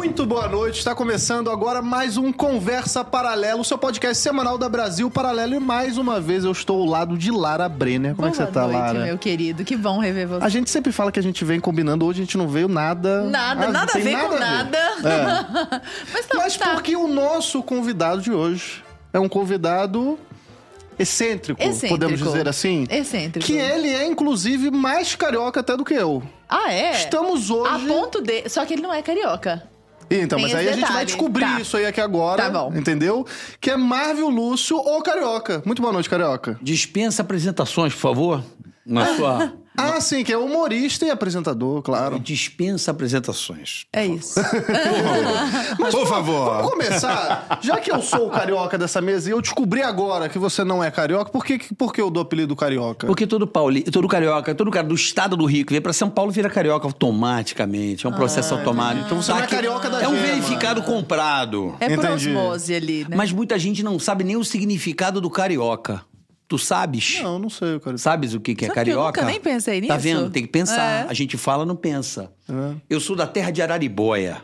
Muito boa noite, está começando agora mais um Conversa Paralelo, o seu podcast semanal da Brasil Paralelo. E mais uma vez eu estou ao lado de Lara Brenner. Como é que você tá, Lara? Boa noite, meu querido. Que bom rever você. A gente sempre fala que a gente vem combinando, hoje a gente não veio nada... Nada a ver com nada. É. Mas porque o nosso convidado de hoje é um convidado... Excêntrico, podemos dizer assim? Excêntrico. Que ele é, inclusive, mais carioca até do que eu. Ah, é? Estamos hoje... A ponto de... Só que ele não é carioca. Então, mas aí a gente vai descobrir isso aí aqui agora, tá bom. Entendeu? Que é Marvel Lúcio ou carioca. Muito boa noite, carioca. Dispensa apresentações, por favor. Na sua... Ah, sim, que é humorista e apresentador, claro. Dispensa apresentações. É isso. Mas, por favor. Vamos começar. Já que eu sou o carioca dessa mesa e eu descobri agora que você não é carioca, por que eu dou o apelido carioca? Porque todo carioca, todo cara do estado do Rio que vem pra São Paulo vira carioca automaticamente. É um processo automático. Então você não é carioca da É um gema. verificado comprado. É por Entendi. osmose ali, né? Mas muita gente não sabe nem o significado do carioca. Tu sabes? Não sei, cara. Sabes o que é Sabe carioca? que eu nunca nem pensei nisso. Tá vendo? Tem que pensar. É. A gente fala, não pensa. É. Eu sou da terra de Araribóia,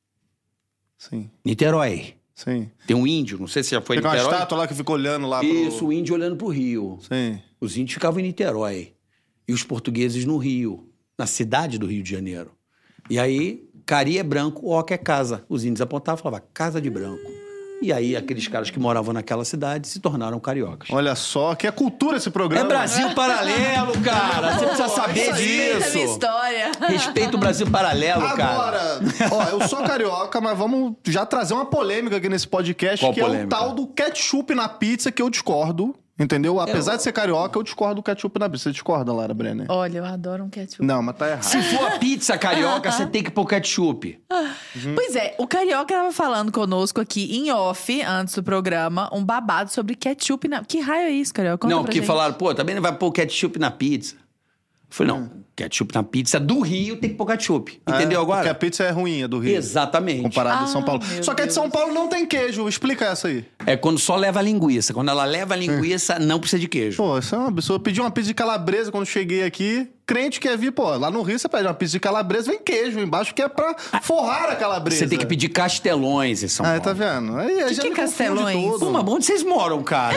Sim, Niterói. sim. Tem um índio, não sei se já foi em Tem uma Niterói. estátua lá que fica olhando lá Isso, o índio olhando pro rio. Sim. Os índios ficavam em Niterói. E os portugueses no Rio, na cidade do Rio de Janeiro. E aí, cari é branco, oca é casa. Os índios apontavam e falavam, casa de branco. E aí, aqueles caras que moravam naquela cidade se tornaram cariocas. Olha só, que é cultura esse programa. É Brasil Paralelo, cara! Você precisa saber Respeita a minha disso. história. Respeita o Brasil Paralelo, cara. Agora, ó, eu sou carioca, mas vamos já trazer uma polêmica aqui nesse podcast, Qual que é o polêmica? tal do ketchup na pizza, que eu discordo, entendeu? Apesar de ser carioca, eu discordo do ketchup na pizza. Você discorda, Lara Brenner? Olha, eu adoro um ketchup. Não, mas tá errado. Se for a pizza carioca, você tem que pôr ketchup. Pois é, o Carioca tava falando conosco aqui em off, antes do programa, um babado sobre ketchup na... Que raio é isso, Carioca? Conta Não, pra porque gente. falaram, pô, também não vai pôr ketchup na pizza. Eu falei, não, ketchup na pizza do Rio tem que pôr ketchup. Entendeu agora? Porque a pizza é ruim, a do Rio. Exatamente. Comparada a São Paulo. meu Só que a de Deus. São Paulo não tem queijo. Explica essa aí. É quando só leva a linguiça. Quando ela leva a linguiça, não precisa de queijo. Pô, isso é uma absurdo. Eu pedi uma pizza de calabresa quando cheguei aqui. Crente quer vir, pô, lá no Rio você pede uma pizza de calabresa, vem queijo embaixo, que é pra forrar a calabresa. Você tem que pedir castelões em São Paulo. tá vendo? Aí a gente que é castelões? tudo. Pô, mas onde vocês moram, cara?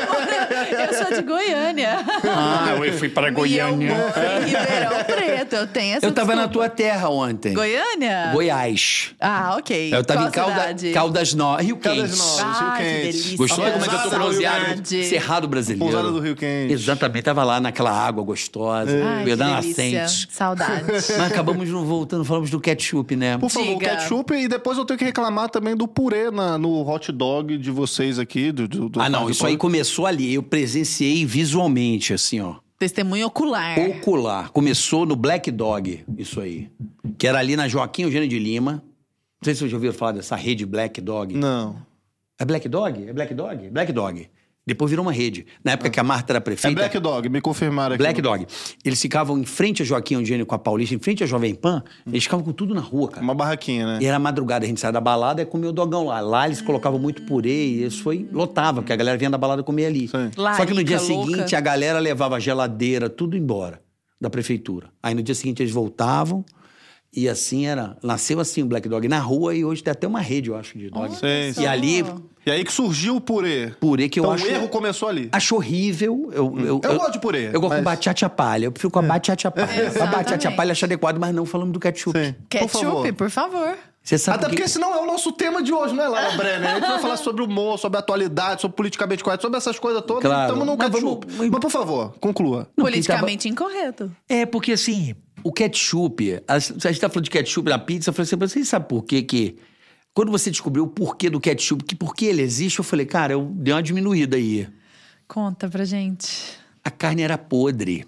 Eu sou de Goiânia. Eu fui para E eu moro em Ribeirão Preto. Eu tenho essa Eu tava na desculpa. tua terra ontem. Goiânia? Goiás. Ah, ok. Eu tava Qual em cidade? Caldas Novas, Rio Caldas Quente. Novas. Ah, Rio que Quente. delícia. Gostou como é que eu tô Pousada do Rio bronzeado? Quente. Cerrado brasileiro. Pousada do Rio Quente. Exatamente, tava lá naquela água gostosa, Ai, que da delícia. nascente. Saudade. Mas acabamos não voltando, falamos do ketchup, né? Por favor, Diga. ketchup. E depois eu tenho que reclamar também do purê no hot dog de vocês aqui. Do Ah, não, Parque isso aí começou ali. Eu presenciei visualmente, assim, ó. Testemunho ocular. Ocular. Começou no Black Dog, isso aí. Que era ali na Joaquim Eugênio de Lima. Não sei se vocês já ouviram falar dessa rede Black Dog. Não. É Black Dog? É Black Dog? Black Dog. Depois virou uma rede. Na época que a Marta era É prefeita... Black Dog, me confirmaram aqui. Black Dog. Eles ficavam em frente a Joaquim Eugênio com a Paulista, em frente à Jovem Pan. Eles ficavam com tudo na rua, cara. Uma barraquinha, né? E era madrugada, a gente saía da balada e comia o dogão lá. Lá eles colocavam muito purê e isso foi lotava, porque a galera vinha da balada comer ali. Sim. Só que no dia Larica, louca. seguinte a galera levava a geladeira, tudo embora da prefeitura. Aí no dia seguinte eles voltavam e assim era. Nasceu assim o Black Dog na rua e hoje tem até uma rede, eu acho, de dog. Sim, sim. E ali, E aí que surgiu o purê. purê que eu Então acho... o erro começou ali. Acho horrível. Eu gosto de purê, Eu gosto mas- com batata palha. Eu prefiro com a batata palha. A batata Exatamente. palha acho adequado, mas não falando do ketchup. Sim. Ketchup, por favor. Você sabe Até por quê? porque senão é o nosso tema de hoje, né, Lara Brenner? A gente vai falar sobre humor, sobre atualidade, sobre politicamente correto, sobre essas coisas todas. Claro. Estamos no Mas ketchup. vamos- Mas, por favor, conclua. Não, Politicamente incorreto. É, porque assim, o ketchup... A gente tá falando de ketchup na pizza, eu falei assim, você sabe por quê que... Quando você descobriu o porquê do ketchup, que por que ele existe, eu falei, cara, eu dei uma diminuída aí. Conta pra gente. A carne era podre.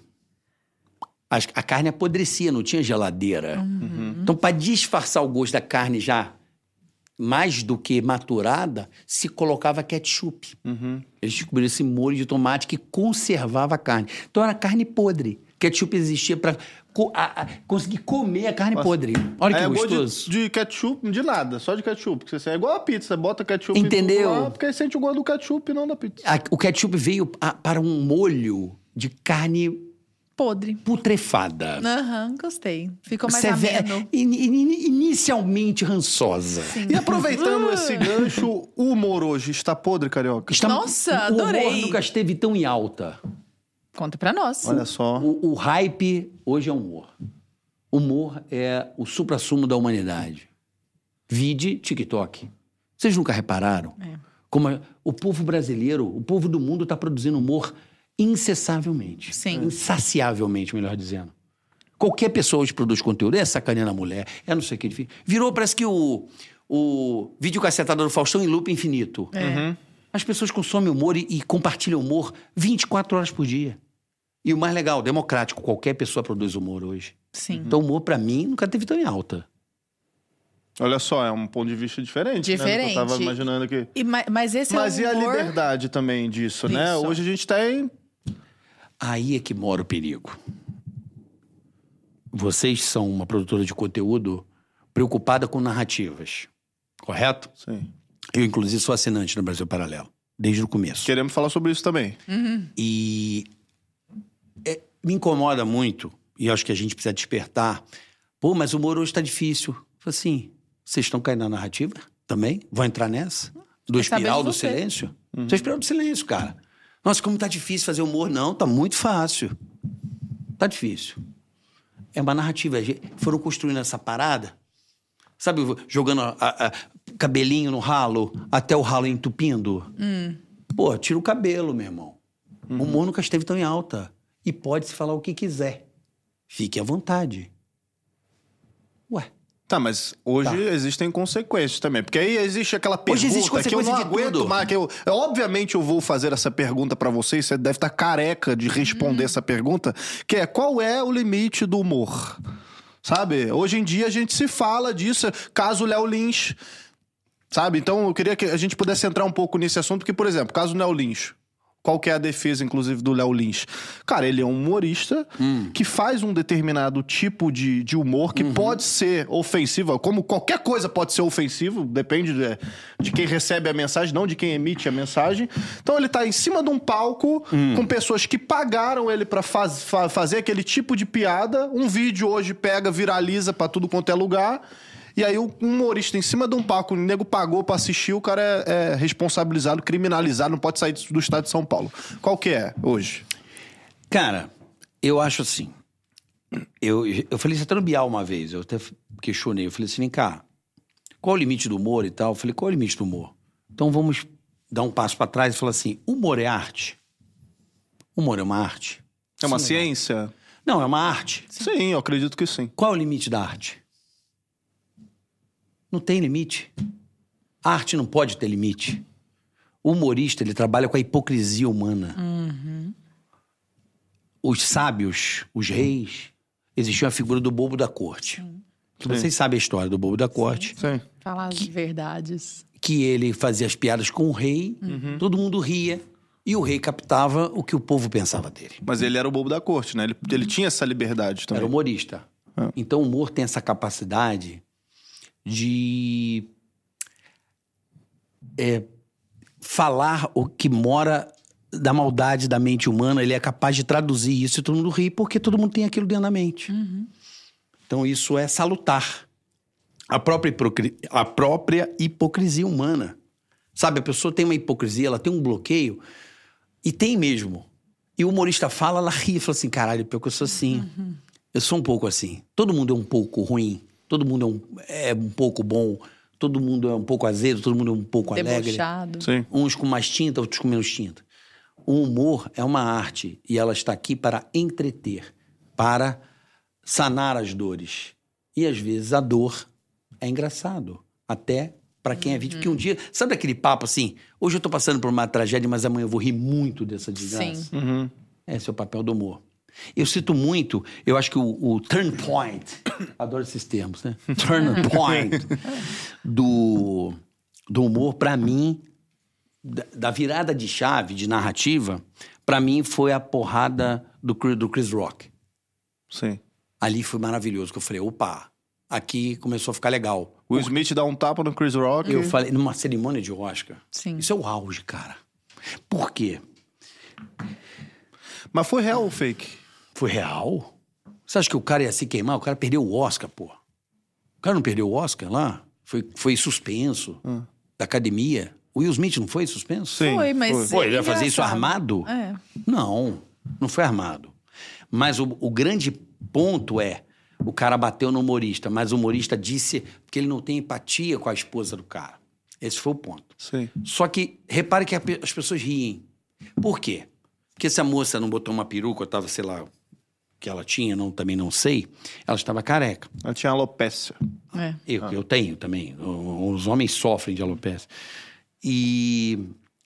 A carne apodrecia, não tinha geladeira. Então, para disfarçar o gosto da carne já mais do que maturada, se colocava ketchup. Eles descobriram esse molho de tomate que conservava a carne. Então, era carne podre. Ketchup existia para conseguir comer a carne podre. Olha que é gostoso. De ketchup, de nada, só de ketchup. Porque você é igual a pizza, você bota ketchup Entendeu? em tudo lá, porque aí sente o gosto do ketchup e não da pizza. O ketchup veio para um molho de carne Podre. Putrefada. Aham, gostei. Ficou mais Severa, ameno. inicialmente rançosa. E aproveitando esse gancho, o humor hoje está podre, Carioca? Nossa, o adorei. humor nunca esteve tão em alta. Conta pra nós. Olha só. O hype hoje é humor. Humor é o suprassumo da humanidade. Vide TikTok. Vocês nunca repararam? Como o povo brasileiro, o povo do mundo está produzindo humor incessavelmente. Sim. Insaciavelmente, melhor dizendo. Qualquer pessoa hoje produz conteúdo. É sacaneando a mulher, é não sei o que. Virou, parece que o videocassetado do Faustão em loop infinito. As pessoas consomem humor e compartilham humor 24 horas por dia. E o mais legal, democrático. Qualquer pessoa produz humor hoje. Sim. Então, o humor, pra mim, nunca teve tão em alta. Olha só, é um ponto de vista diferente. Né, do que eu tava imaginando aqui. Mas esse Mas é o e a humor... liberdade também disso, né? Isso. Hoje a gente tem... Aí é que mora o perigo. Vocês são uma produtora de conteúdo preocupada com narrativas, correto? Sim. Eu, inclusive, sou assinante no Brasil Paralelo, desde o começo. Queremos falar sobre isso também. E me incomoda muito, e acho que a gente precisa despertar. Pô, mas o humor hoje tá difícil. Eu falei assim, vocês estão caindo na narrativa também? Vão entrar nessa? Do espiral do silêncio? Isso é espiral do silêncio, cara. Nossa, como tá difícil fazer humor. Não, tá muito fácil. Tá difícil. É uma narrativa. Foram construindo essa parada, sabe, jogando cabelinho no ralo, até o ralo entupindo. Pô, tira o cabelo, meu irmão. O humor nunca esteve tão em alta. E pode-se falar o que quiser. Fique à vontade. Ué. Tá, mas hoje existem consequências também. Porque aí existe aquela pergunta Hoje existe que eu consequência não de aguento tudo. mais. Obviamente eu vou fazer essa pergunta pra vocês, você deve estar careca de responder essa pergunta, que é: qual é o limite do humor? Sabe? Hoje em dia a gente se fala disso, caso Léo Lins, sabe? Então eu queria que a gente pudesse entrar um pouco nesse assunto, porque, por exemplo, caso Léo Lins, qual que é a defesa, inclusive, do Léo Lins? Cara, ele é um humorista que faz um determinado tipo de humor que pode ser ofensivo, como qualquer coisa pode ser ofensivo, depende de quem recebe a mensagem, não de quem emite a mensagem. Então ele tá em cima de um palco com pessoas que pagaram ele pra fazer aquele tipo de piada. Um vídeo hoje pega, viraliza pra tudo quanto é lugar. E aí o humorista em cima de um palco, o nego pagou pra assistir, o cara é responsabilizado, criminalizado, não pode sair do estado de São Paulo. Qual que é hoje? Cara, eu acho assim. Eu falei isso até no Bial uma vez, eu até questionei. Eu falei assim, vem cá, qual o limite do humor e tal? Eu falei, qual é o limite do humor? Então vamos dar um passo pra trás e falar assim, humor é arte? Humor é uma arte? É uma Sim, ciência? Não, é uma arte. Sim, eu acredito que sim. Qual é o limite da arte? Não tem limite. A arte não pode ter limite. O humorista, ele trabalha com a hipocrisia humana. Os sábios, os reis, existia a figura do bobo da corte. Que vocês sabem a história do bobo da corte. Sim. Falar as verdades. Que ele fazia as piadas com o rei, todo mundo ria, e o rei captava o que o povo pensava dele. Mas ele era o bobo da corte, né? Ele tinha essa liberdade também. Era humorista. Então o humor tem essa capacidade de falar o que mora da maldade da mente humana. Ele é capaz de traduzir isso e todo mundo ri, porque todo mundo tem aquilo dentro da mente. Então isso é salutar. A própria hipocrisia humana. Sabe, a pessoa tem uma hipocrisia, ela tem um bloqueio, e tem mesmo. E o humorista fala, ela ri e fala assim, caralho, pior que eu sou assim. Eu sou um pouco assim. Todo mundo é um pouco ruim. Todo mundo é um pouco bom, todo mundo é um pouco azedo, todo mundo é um pouco alegre. Debochado. Sim. Uns com mais tinta, outros com menos tinta. O humor é uma arte e ela está aqui para entreter, para sanar as dores. E às vezes a dor é engraçado, até para quem é vítima. Porque um dia, sabe aquele papo assim, hoje eu tô passando por uma tragédia, mas amanhã eu vou rir muito dessa desgraça. Sim. Esse é o papel do humor. Eu cito muito, eu acho que o turn point, adoro esses termos, né? Turn point do humor, pra mim, da virada de chave, de narrativa, pra mim foi a porrada do Chris Rock. Sim. Ali foi maravilhoso, que eu falei, opa, aqui começou a ficar legal. O Smith dá um tapa no Chris Rock. Eu falei, numa cerimônia de Oscar. Sim. Isso é o auge, cara. Por quê? Mas foi real ou fake? Foi real? Você acha que o cara ia se queimar? O cara perdeu o Oscar, pô. O cara não perdeu o Oscar lá? Foi suspenso da academia. O Will Smith não foi suspenso? Sim. Foi, mas... Pô, ele ia fazer isso armado? É. Não foi armado. Mas o grande ponto é, o cara bateu no humorista, mas o humorista disse que ele não tem empatia com a esposa do cara. Esse foi o ponto. Sim. Só que, repare que as pessoas riem. Por quê? Porque se a moça não botou uma peruca, ou tava, sei lá, o que ela tinha, também não sei, ela estava careca. Ela tinha alopecia. É. Eu tenho também. Os homens sofrem de alopecia. E...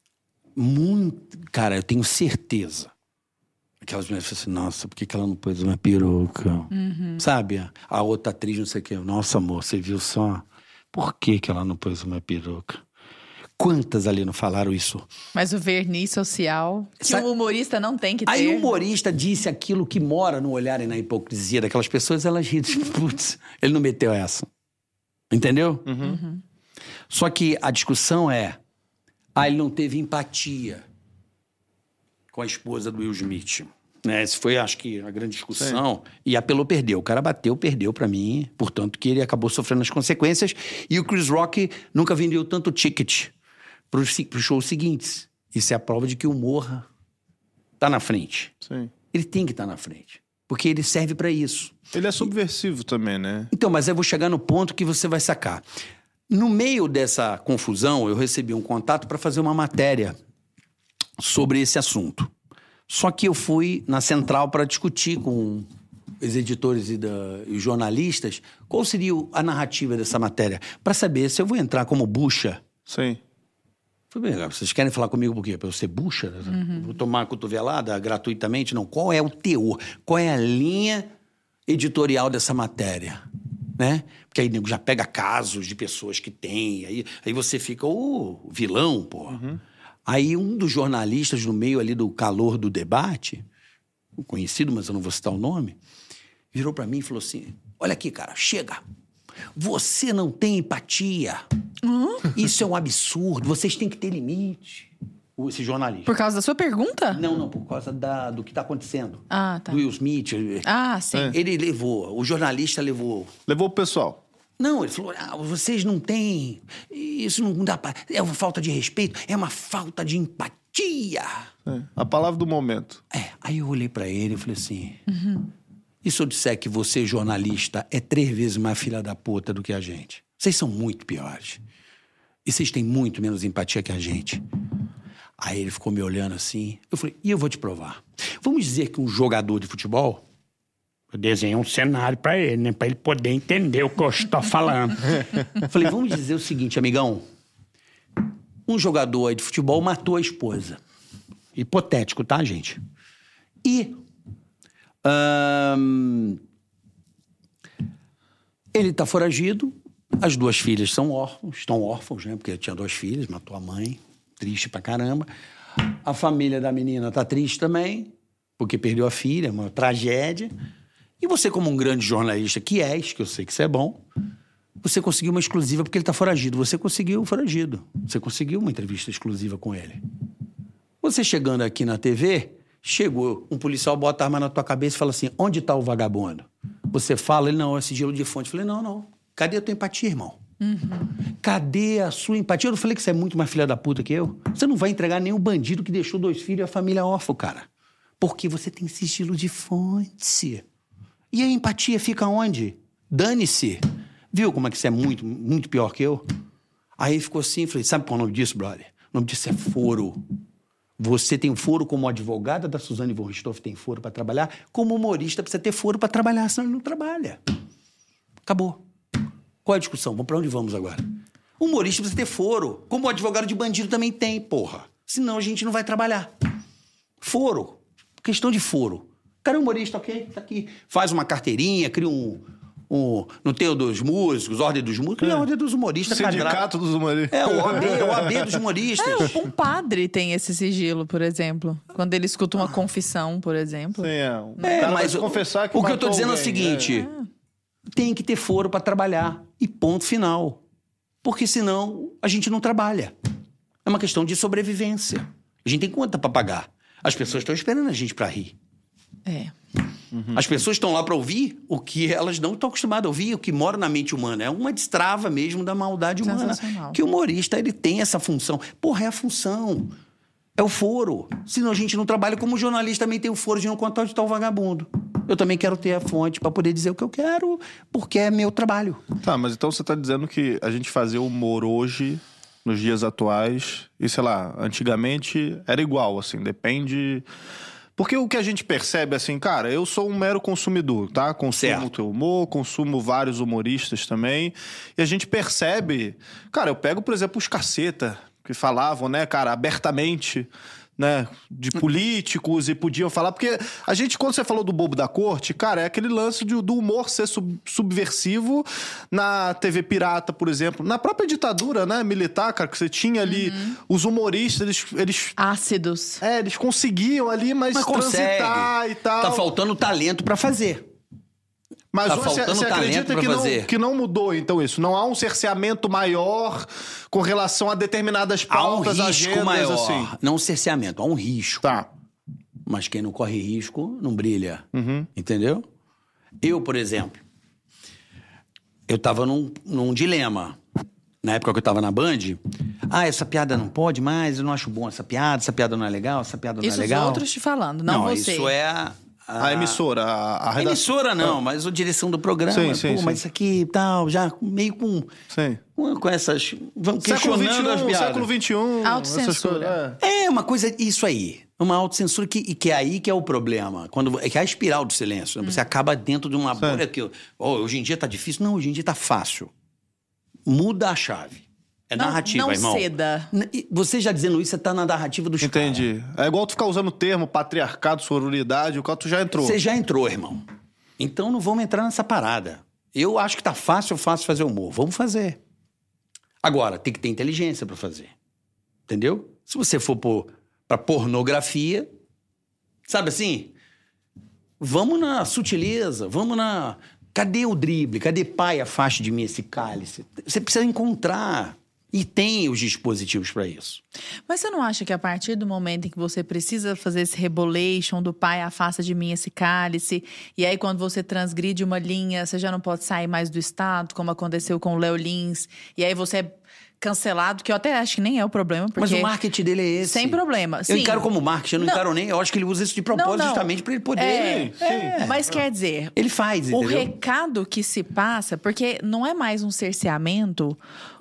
Cara, eu tenho certeza. Aquelas mulheres falam assim, nossa, por que ela não pôs uma peruca? Sabe? A outra atriz, não sei o quê. Nossa, amor, você viu só? Por que ela não pôs uma peruca? Quantas ali não falaram isso? Mas o verniz social, que o humorista não tem que ter. Aí o humorista disse aquilo que mora no olhar e na hipocrisia daquelas pessoas, elas riem. Putz, ele não meteu essa. Entendeu? Só que a discussão é... ele não teve empatia com a esposa do Will Smith. Essa foi, acho que, a grande discussão. Sim. E apelou, perdeu. O cara perdeu pra mim. Portanto, que ele acabou sofrendo as consequências. E o Chris Rock nunca vendeu tanto ticket pros shows seguintes. Isso é a prova de que o humor tá na frente. Sim. Ele tem que estar na frente. Porque ele serve pra isso. Ele é subversivo também, né? Então, mas eu vou chegar no ponto que você vai sacar. No meio dessa confusão, eu recebi um contato para fazer uma matéria sobre esse assunto. Só que eu fui na central para discutir com os editores e os jornalistas qual seria a narrativa dessa matéria, para saber se eu vou entrar como bucha. Sim. Falei, bem, vocês querem falar comigo por quê? Para eu ser bucha? Vou tomar uma cotovelada gratuitamente? Não. Qual é o teor? Qual é a linha editorial dessa matéria? Né? Porque aí nego já pega casos de pessoas que tem, aí você fica o vilão, pô. Aí um dos jornalistas, no meio ali do calor do debate, conhecido, mas eu não vou citar o nome, virou pra mim e falou assim, olha aqui, cara, chega, você não tem empatia, isso é um absurdo, vocês têm que ter limite. Esse jornalista. Por causa da sua pergunta? Não, por causa do que tá acontecendo. Ah, tá. Do Will Smith. Sim. Ele levou, o jornalista levou. Levou o pessoal. Não, ele falou, vocês não têm, isso não dá pra... É uma falta de respeito, é uma falta de empatia. A palavra do momento. Aí eu olhei pra ele e falei assim, e se eu disser que você, jornalista, é 3 vezes mais filha da puta do que a gente? Vocês são muito piores. E vocês têm muito menos empatia que a gente. Aí ele ficou me olhando assim, eu falei, e eu vou te provar. Vamos dizer que um jogador de futebol... Eu desenhei um cenário pra ele, né? Pra ele poder entender o que eu estou falando. Falei, vamos dizer o seguinte, amigão. Um jogador aí de futebol matou a esposa. Hipotético, tá, gente? E... ele tá foragido. As 2 filhas estão órfãos, né? Porque tinha 2 filhas, matou a mãe. Triste pra caramba. A família da menina tá triste também, porque perdeu a filha, uma tragédia. E você, como um grande jornalista que eu sei que isso é bom, você conseguiu uma exclusiva porque ele tá foragido. Você conseguiu o foragido. Você conseguiu uma entrevista exclusiva com ele. Você chegando aqui na TV, chegou, um policial bota a arma na tua cabeça e fala assim, onde tá o vagabundo? Você fala, ele não, é sigilo de fonte. Eu falei, não. Cadê a tua empatia, irmão? Cadê a sua empatia? Eu não falei que você é muito mais filha da puta que eu? Você não vai entregar nenhum bandido que deixou 2 filhos e a família órfã, cara. Porque você tem sigilo de fonte. E a empatia fica onde? Dane-se. Viu como é que você é muito, muito pior que eu? Aí ficou assim, falei, sabe qual é o nome disso, brother? O nome disso é foro. Você tem foro como advogada da Suzane von Richthofen tem foro para trabalhar, como humorista precisa ter foro para trabalhar, senão ele não trabalha. Acabou. Qual é a discussão? Para onde vamos agora? O humorista precisa ter foro, como o advogado de bandido também tem, porra. Senão a gente não vai trabalhar. Foro. Questão de foro. O cara é humorista, ok? Tá aqui. Faz uma carteirinha, cria não tem o dos músicos, ordem dos músicos, cria a ordem dos humoristas. Sindicato dos humoristas. O AB dos humoristas. Um padre tem esse sigilo, por exemplo. Quando ele escuta uma confissão, por exemplo. Sim, mas confessar que o que eu tô dizendo alguém, é o seguinte, tem que ter foro para trabalhar. E ponto final. Porque senão a gente não trabalha. É uma questão de sobrevivência. A gente tem conta para pagar. As pessoas estão esperando a gente para rir. As pessoas estão lá para ouvir o que elas não estão acostumadas a ouvir, o que mora na mente humana. É uma destrava mesmo da maldade humana. Que o humorista, ele tem essa função. Porra, é a função. É o foro. Senão a gente não trabalha como jornalista também tem o foro de não contar onde está o vagabundo. Eu também quero ter a fonte para poder dizer o que eu quero, porque é meu trabalho. Tá, mas então você tá dizendo que a gente fazer humor hoje, nos dias atuais, e sei lá, antigamente era igual, assim, depende... Porque o que a gente percebe, assim, cara, eu sou um mero consumidor, tá? Consumo o teu humor, consumo vários humoristas também, e a gente percebe... Cara, eu pego, por exemplo, os Caceta, que falavam, né, cara, abertamente... né, de políticos e podiam falar... Porque a gente, quando você falou do Bobo da Corte, cara, é aquele lance do humor ser subversivo na TV pirata, por exemplo. Na própria ditadura, né, militar, cara, que você tinha ali os humoristas, eles... Ácidos. eles conseguiam ali, mas transitar e tal. Tá faltando talento pra fazer. Mas tá hoje faltando você acredita talento pra fazer. que não mudou, então, isso? Não há um cerceamento maior com relação a determinadas pautas, há um risco agendas, maior. assim? Não um cerceamento, há um risco. Tá. Mas quem não corre risco, não brilha. Entendeu? Eu, por exemplo, eu tava num dilema. Na época que eu tava na Band, essa piada não pode mais, eu não acho bom essa piada não é legal, essa piada não é legal. Isso os outros te falando, não você. Isso é A emissora, a redação. Emissora não, mas a direção do programa. Sim. Mas isso aqui e tal, já meio com... Sim. Com essas... Vamos questionando as piadas. Século XXI. Autocensura. É uma coisa... Isso aí. Uma autocensura que é aí que é o problema. Que é a espiral do silêncio. Você acaba dentro de uma bolha que... hoje em dia tá difícil. Não, hoje em dia tá fácil. Muda a chave. É narrativa, irmão. Não ceda. Você já dizendo isso, você tá na narrativa dos caras. Entendi. É igual tu ficar usando o termo patriarcado, sororidade, o qual tu já entrou. Você já entrou, irmão. Então não vamos entrar nessa parada. Eu acho que tá fácil fazer humor. Vamos fazer. Agora, tem que ter inteligência pra fazer. Entendeu? Se você for pra pornografia, sabe assim? Vamos na sutileza, vamos na... Cadê o drible? Cadê pai, afaste de mim esse cálice? Você precisa encontrar... E tem os dispositivos para isso. Mas você não acha que a partir do momento em que você precisa fazer esse rebolation do pai, afasta de mim esse cálice, e aí quando você transgride uma linha, você já não pode sair mais do estado, como aconteceu com o Léo Lins, e aí você é cancelado, que eu até acho que nem é o problema, porque... Mas o marketing dele é esse. Sem problema. Eu encaro como marketing, eu não encaro nem... Eu acho que ele usa isso de propósito justamente para ele poder... Mas quer dizer... Ele faz, entendeu? O recado que se passa, porque não é mais um cerceamento,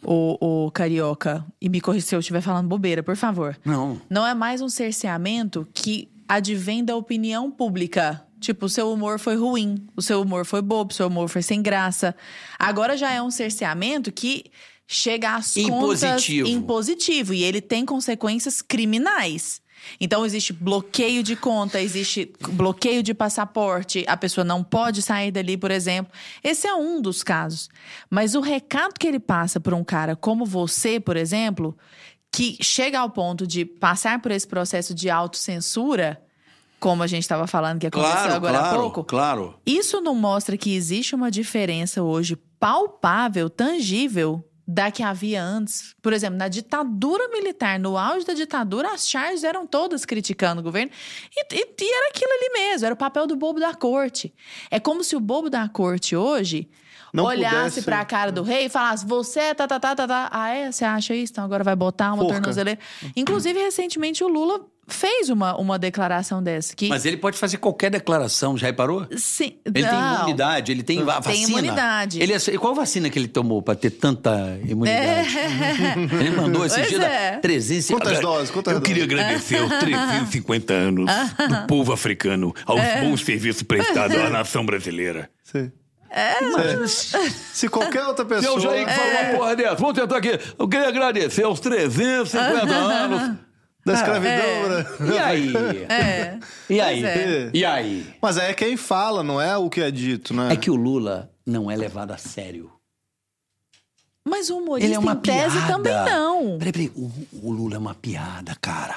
o Carioca, e me corrija se eu estiver falando bobeira, por favor. Não. Não é mais um cerceamento que advém da opinião pública. Tipo, o seu humor foi ruim, o seu humor foi bobo, o seu humor foi sem graça. Agora já é um cerceamento que... chega às contas impositivo. E ele tem consequências criminais. Então, existe bloqueio de conta, existe bloqueio de passaporte. A pessoa não pode sair dali, por exemplo. Esse é um dos casos. Mas o recado que ele passa para um cara como você, por exemplo, que chega ao ponto de passar por esse processo de autocensura, como a gente estava falando que aconteceu agora há pouco. Claro. Isso não mostra que existe uma diferença hoje palpável, tangível, da que havia antes. Por exemplo, na ditadura militar, no auge da ditadura, as charges eram todas criticando o governo. E era aquilo ali mesmo, era o papel do bobo da corte. É como se o bobo da corte hoje não olhasse pra cara do rei e falasse, você é você acha isso? Então agora vai botar uma tornozeleira. Inclusive, recentemente, o Lula fez uma declaração dessa. Mas ele pode fazer qualquer declaração, já reparou? Sim. Ele tem imunidade, ele tem vacina. Tem imunidade. Qual vacina que ele tomou pra ter tanta imunidade? Ele mandou esse dia 300... Quantas doses? Eu queria agradecer aos 350 anos do povo africano, aos bons serviços prestados à nação brasileira. Sim. Se qualquer outra pessoa... Se eu já ia falar uma porra dessa, vamos tentar aqui. Eu queria agradecer aos 350 anos... da escravidão, né? E aí? E aí? E aí? Mas é quem fala, não é o que é dito, né? É que o Lula não é levado a sério. Mas o humorista Ele é uma em tese piada. também não. Peraí. O Lula é uma piada, cara.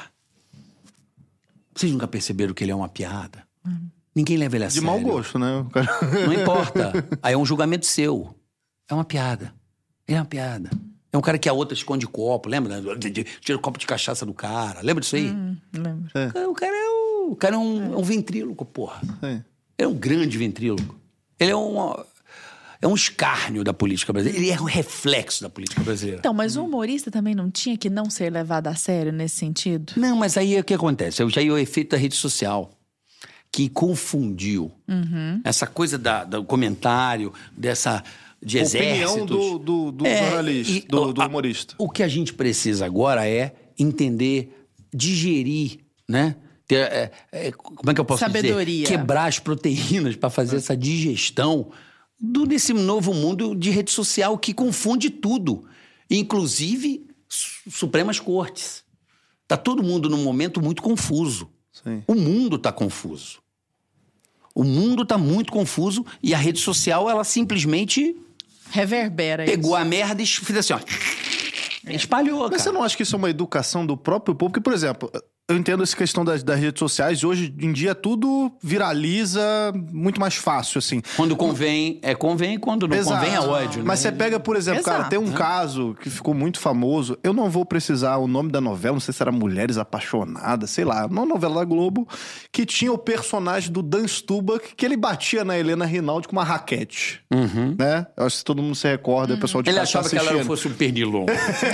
Vocês nunca perceberam que ele é uma piada? Ninguém leva ele a sério. De mau gosto, né? Não importa. Aí é um julgamento seu. É uma piada. Ele é uma piada. É um cara que a outra esconde copo, lembra? Tira o copo de cachaça do cara. Lembra disso aí? Lembro. O cara é um ventríloco, porra. Sim. Ele é um grande ventríloco. Ele é um escárnio da política brasileira. Ele é um reflexo da política brasileira. Então, mas o humorista também não tinha que não ser levado a sério nesse sentido? Não, mas aí o que acontece? Já é o efeito da rede social, que confundiu essa coisa do comentário, de exércitos. Opinião do jornalista, do humorista. O que a gente precisa agora é entender, digerir, né? Como é que eu posso Sabedoria. dizer? Quebrar as proteínas para fazer essa digestão desse novo mundo de rede social que confunde tudo, inclusive Supremas Cortes. Tá todo mundo num momento muito confuso. Sim. O mundo tá confuso. O mundo tá muito confuso e a rede social, ela simplesmente Reverbera pegou isso. a merda e fez assim, ó. Espalhou, Mas cara. você não acha que isso é uma educação do próprio povo? Porque, por exemplo, eu entendo essa questão das redes sociais. Hoje em dia tudo viraliza muito mais fácil, assim. Quando convém, convém. Quando não Exato. convém, é ódio. Mas né? você pega, por exemplo, cara, Exato. tem um caso que ficou muito famoso. Eu não vou precisar o nome da novela, não sei se era Mulheres Apaixonadas, sei lá. Uma novela da Globo que tinha o personagem do Dan Stubach, que ele batia na Helena Rinaldi com uma raquete. Né? Eu acho que todo mundo se recorda, o pessoal de Ele casa tá achava que ela assistindo. fosse um pernilongo.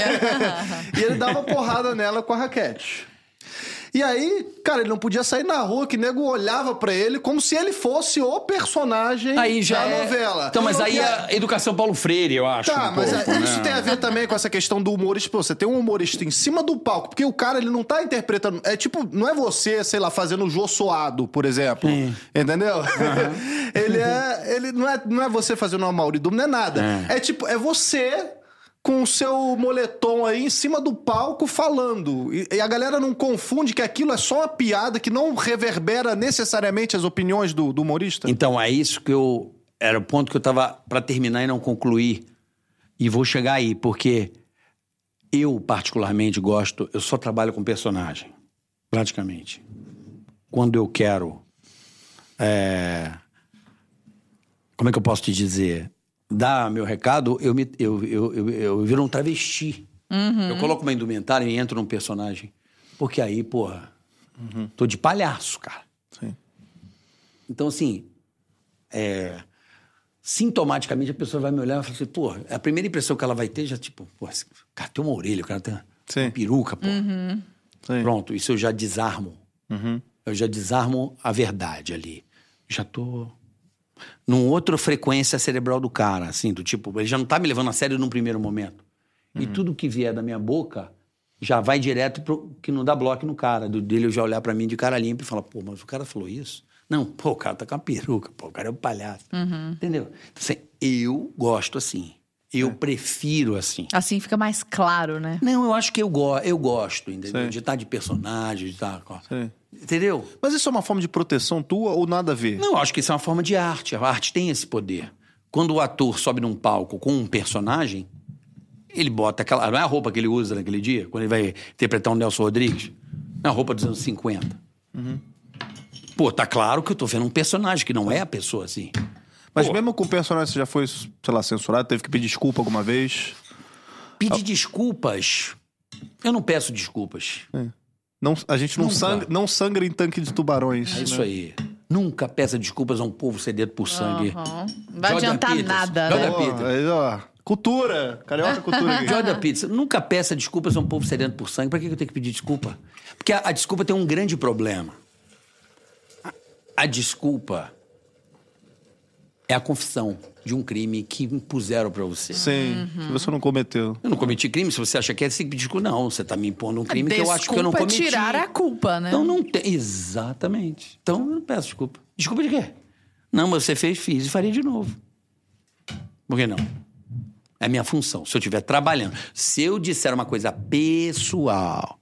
E ele dava porrada nela com a raquete. E aí, cara, ele não podia sair na rua, que nego olhava pra ele como se ele fosse o personagem Aí já da novela. Então, mas aí E a educação Paulo Freire, eu acho. Tá, um mas pouco, isso né? tem a ver também com essa questão do humorista. Pô, você tem um humorista em cima do palco, porque o cara, ele não tá interpretando... É tipo, não é você, sei lá, fazendo o Jô Suado, por exemplo. Entendeu? Ele não é você fazendo uma Mauridume, não é nada. É tipo, é você com o seu moletom aí em cima do palco falando. E a galera não confunde que aquilo é só uma piada que não reverbera necessariamente as opiniões do humorista? Então, é isso que era o ponto que eu tava pra terminar e não concluir. E vou chegar aí, porque eu, particularmente, eu só trabalho com personagem. Praticamente. Quando eu quero... como é que eu posso te dizer? Dar meu recado, eu viro um travesti. Eu coloco uma indumentária e entro num personagem. Porque aí, porra, tô de palhaço, cara. Sim. Então, assim, sintomaticamente a pessoa vai me olhar e falar assim, pô, a primeira impressão que ela vai ter já, tipo, pô, esse cara tem uma orelha, o cara tem uma peruca, pô. Sim. Pronto, isso eu já desarmo. Eu já desarmo a verdade ali. Já tô numa outra frequência cerebral do cara, assim, do tipo, ele já não tá me levando a sério num primeiro momento. E tudo que vier da minha boca já vai direto pro que não dá bloco no cara, dele já olhar pra mim de cara limpa e falar, pô, mas o cara falou isso? Não, pô, o cara tá com uma peruca, pô, o cara é um palhaço. Entendeu? Então, assim, eu gosto assim. Eu prefiro assim. Assim fica mais claro, né? Não, eu acho que eu gosto, entendeu? Sim. De estar de personagem, de estar... Sim. Entendeu? Mas isso é uma forma de proteção tua ou nada a ver? Não, eu acho que isso é uma forma de arte. A arte tem esse poder. Quando o ator sobe num palco com um personagem, ele bota aquela... Não é a roupa que ele usa naquele dia, quando ele vai interpretar um Nelson Rodrigues? Não é a roupa dos anos 50. Pô, tá claro que eu tô vendo um personagem, que não é a pessoa assim. Mas mesmo com o personagem você já foi, sei lá, censurado, teve que pedir desculpa alguma vez? Pedir desculpas... Eu não peço desculpas. Não, a gente Nunca. não sangra em tanque de tubarões. É isso aí. Nunca peça desculpas a um povo sedento por sangue. Não vai adiantar nada, Jordan né? Peterson. Aí, ó, cultura. Carioca cultura aqui. Jordan Peterson, nunca peça desculpas a um povo sedento por sangue. Pra que eu tenho que pedir desculpa? Porque a desculpa tem um grande problema. A desculpa é a confissão de um crime que impuseram pra você. Sim, que você não cometeu. Eu não cometi crime, se você acha que é, você tem que pedir desculpa. Não, você tá me impondo um crime que eu acho que eu não Desculpa cometi. tirar a culpa, né? Então não tem... Exatamente. Então eu não peço desculpa. Desculpa de quê? Não, mas você fez, fiz e faria de novo. Por que não? É minha função. Se eu estiver trabalhando. Se eu disser uma coisa pessoal,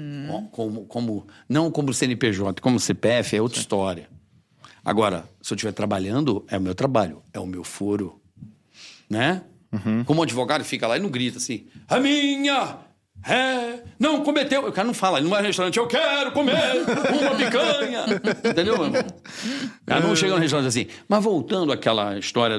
não como CNPJ, como CPF, é outra história. Agora, se eu estiver trabalhando, é o meu trabalho, é o meu foro. Né? Como um advogado fica lá e não grita assim, a minha não cometeu. O cara não fala, ele não vai no restaurante, eu quero comer uma picanha. Entendeu, meu irmão? O cara não chega no restaurante assim. Mas voltando àquela história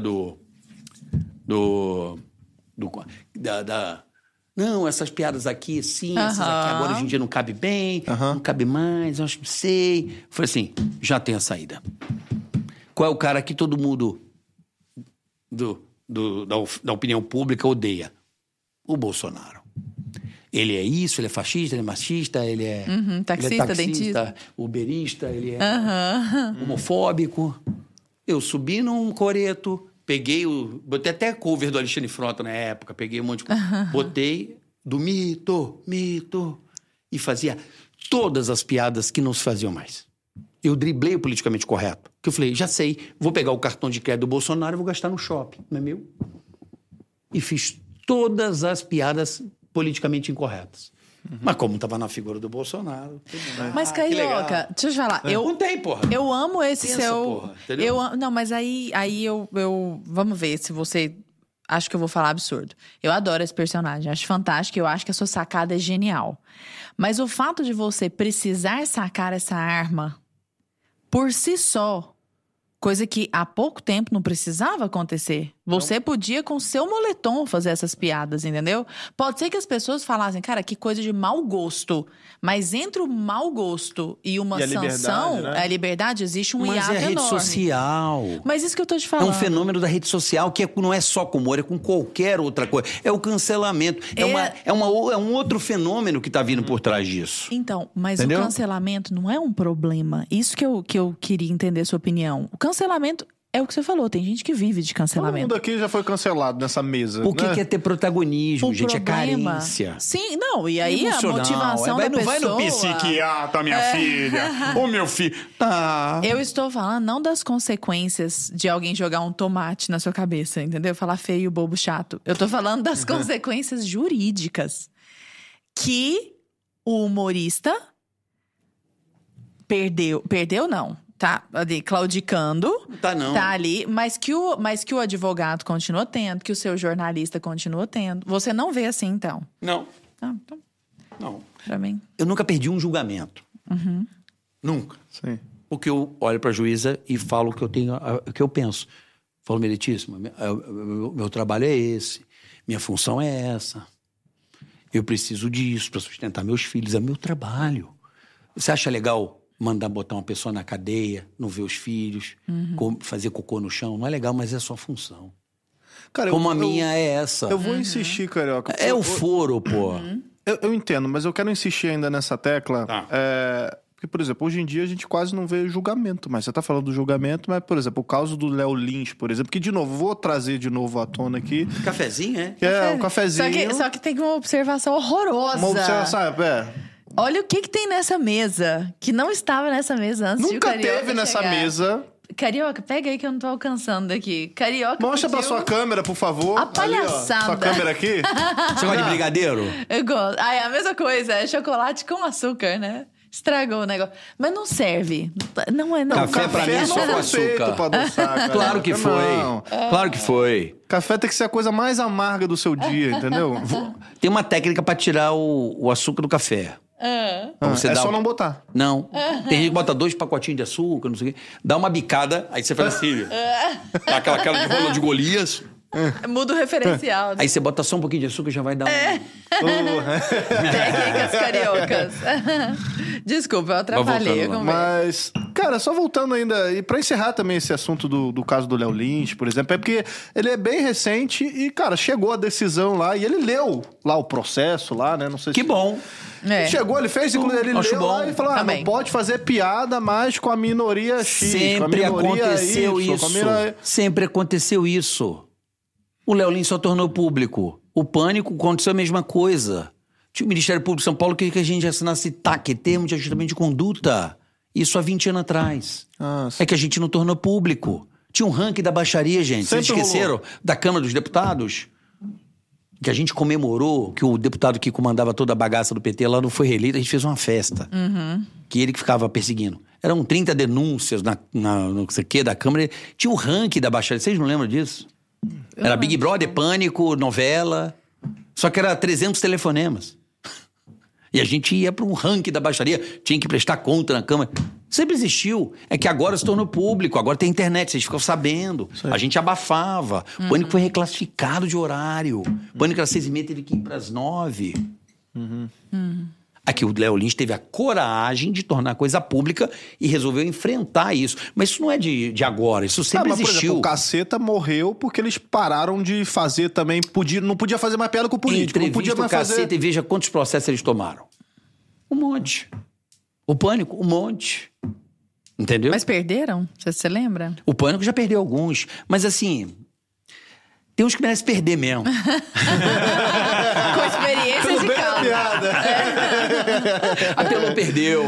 não, essas piadas aqui, sim, essas aqui agora hoje em dia não cabe bem, não cabe mais, eu acho que sei. Foi assim, já tem a saída. Qual é o cara que todo mundo da opinião pública odeia? O Bolsonaro. Ele é isso, ele é fascista, ele é machista, ele é, taxista, dentista, uberista, ele é homofóbico. Eu subi num coreto, botei até cover do Alexandre Frota na época, peguei um monte de coisa, botei do mito, e fazia todas as piadas que não se faziam mais. Eu driblei o politicamente correto. Porque eu falei, já sei, vou pegar o cartão de crédito do Bolsonaro e vou gastar no shopping, não é meu? E fiz todas as piadas politicamente incorretas. Mas como estava na figura do Bolsonaro... Mas, Carioca, deixa eu te falar. Não tem, porra. Eu amo esse Pensa, seu... porra, entendeu? Não, mas aí eu... Vamos ver se você... Acho que eu vou falar absurdo. Eu adoro esse personagem, acho fantástico. Eu acho que a sua sacada é genial. Mas o fato de você precisar sacar essa arma por si só, coisa que há pouco tempo não precisava acontecer. Você podia, com seu moletom, fazer essas piadas, entendeu? Pode ser que as pessoas falassem, cara, que coisa de mau gosto. Mas entre o mau gosto e uma sanção, a liberdade, existe um hiato enorme. Mas é a rede social. Mas isso que eu tô te falando. É um fenômeno da rede social que não é só com humor, é com qualquer outra coisa. É o cancelamento. É um outro fenômeno que tá vindo por trás disso. Então, mas entendeu? O cancelamento não é um problema. Isso que eu queria entender a sua opinião. O cancelamento... É o que você falou, tem gente que vive de cancelamento. Todo mundo aqui já foi cancelado nessa mesa. Porque né? quer ter protagonismo, gente, problema, é carência. Sim, não, e aí a motivação da pessoa... Não vai no psiquiatra, minha filha. Ô, meu filho. Tá. Eu estou falando não das consequências de alguém jogar um tomate na sua cabeça, entendeu? Falar feio, bobo, chato. Eu tô falando das consequências jurídicas. Que o humorista perdeu não. Tá ali claudicando. Tá não. Tá ali, mas que o advogado continua tendo, que o seu jornalista continua tendo. Você não vê assim, então? Não. Ah, então, Não. pra mim. Eu nunca perdi um julgamento. Nunca. Sim. Porque eu olho pra juíza e falo o que eu tenho, o que eu penso. Falo, meritíssimo, meu trabalho é esse, minha função é essa. Eu preciso disso para sustentar meus filhos, é meu trabalho. Você acha legal mandar botar uma pessoa na cadeia, não ver os filhos, fazer cocô no chão? Não é legal, mas é a sua função. Cara, Como a minha é essa. Eu vou insistir, Carioca. É o foro, pô. Eu entendo, mas eu quero insistir ainda nessa tecla. Tá. Porque, por exemplo, hoje em dia a gente quase não vê julgamento. Mas você tá falando do julgamento, mas, por exemplo, o caso do Léo Lins, por exemplo, que, de novo, vou trazer de novo à tona aqui. Cafezinho, é? Que é um cafezinho. Só que tem uma observação horrorosa. Uma observação, Olha o que tem nessa mesa, que não estava nessa mesa antes de o Nunca Carioca teve nessa chegar. mesa. Carioca, pega aí que eu não tô alcançando daqui. Carioca Mostra pra sua câmera, por favor. A palhaçada. Ali, ó. Sua câmera aqui. Você gosta de brigadeiro? Eu gosto. Ah, é a mesma coisa, é chocolate com açúcar, né? Estragou o negócio. Mas não serve. Não é, não. Café pra mim é só com não foi feito açúcar. pra adoçar, cara. Claro que foi. Não. Claro que foi. Café tem que ser a coisa mais amarga do seu dia, entendeu? Tem uma técnica pra tirar o açúcar do café. Você É dá só não botar. Não. Tem gente que bota 2 pacotinhos de açúcar, não sei o quê. Dá uma bicada, aí você faz assim. Dá aquela cara de rola de Golias. Muda o referencial. Aí você bota só um pouquinho de açúcar e já vai dar Técnicas cariocas. Desculpa, eu atrapalhei. Mas, cara, só voltando ainda, e pra encerrar também esse assunto do caso do Léo Lins, por exemplo, é porque ele é bem recente e, cara, chegou a decisão lá e ele leu lá o processo lá, né? Não sei Que se... bom. Chegou, ele fez, inclusive, ele acho leu bom. lá e falou, não pode fazer piada mais com a minoria X, Sempre com a minoria aconteceu Y, isso. com a minoria... Sempre aconteceu isso. O Léo Lins só tornou público. O Pânico aconteceu a mesma coisa. Tinha o Ministério Público de São Paulo que a gente assinasse TAC, termo de ajustamento de conduta. Isso há 20 anos atrás. É que a gente não tornou público. Tinha um ranking da baixaria, gente. Vocês esqueceram? Da Câmara dos Deputados? Que a gente comemorou, que o deputado que comandava toda a bagaça do PT lá não foi reeleito, a gente fez uma festa. Que ele que ficava perseguindo. Eram 30 denúncias não sei o quê, da Câmara. Tinha um ranking da baixaria. Vocês não lembram disso? Era Big Brother, Pânico, novela. Só que era 300 telefonemas. E a gente ia para um ranking da baixaria. Tinha que prestar conta na Câmara. Sempre existiu. É que agora se tornou público. Agora tem internet, vocês ficam sabendo. A gente abafava. O Pânico foi reclassificado de horário. O Pânico era 6h30, teve que ir para as 9. Aqui o Léo Lins teve a coragem de tornar a coisa pública e resolveu enfrentar isso. Mas isso não é de agora, isso sempre mas, por existiu. exemplo, o Caceta morreu porque eles pararam de fazer também... não podia fazer mais piada com o político. Não podia Entrevista mais o Caceta fazer... e veja quantos processos eles tomaram. Um monte. O Pânico, um monte. Entendeu? Mas perderam? Você lembra? O Pânico já perdeu alguns. Mas assim... Tem uns que merecem perder mesmo. Com experiência de causa. piada. Apelou, perdeu.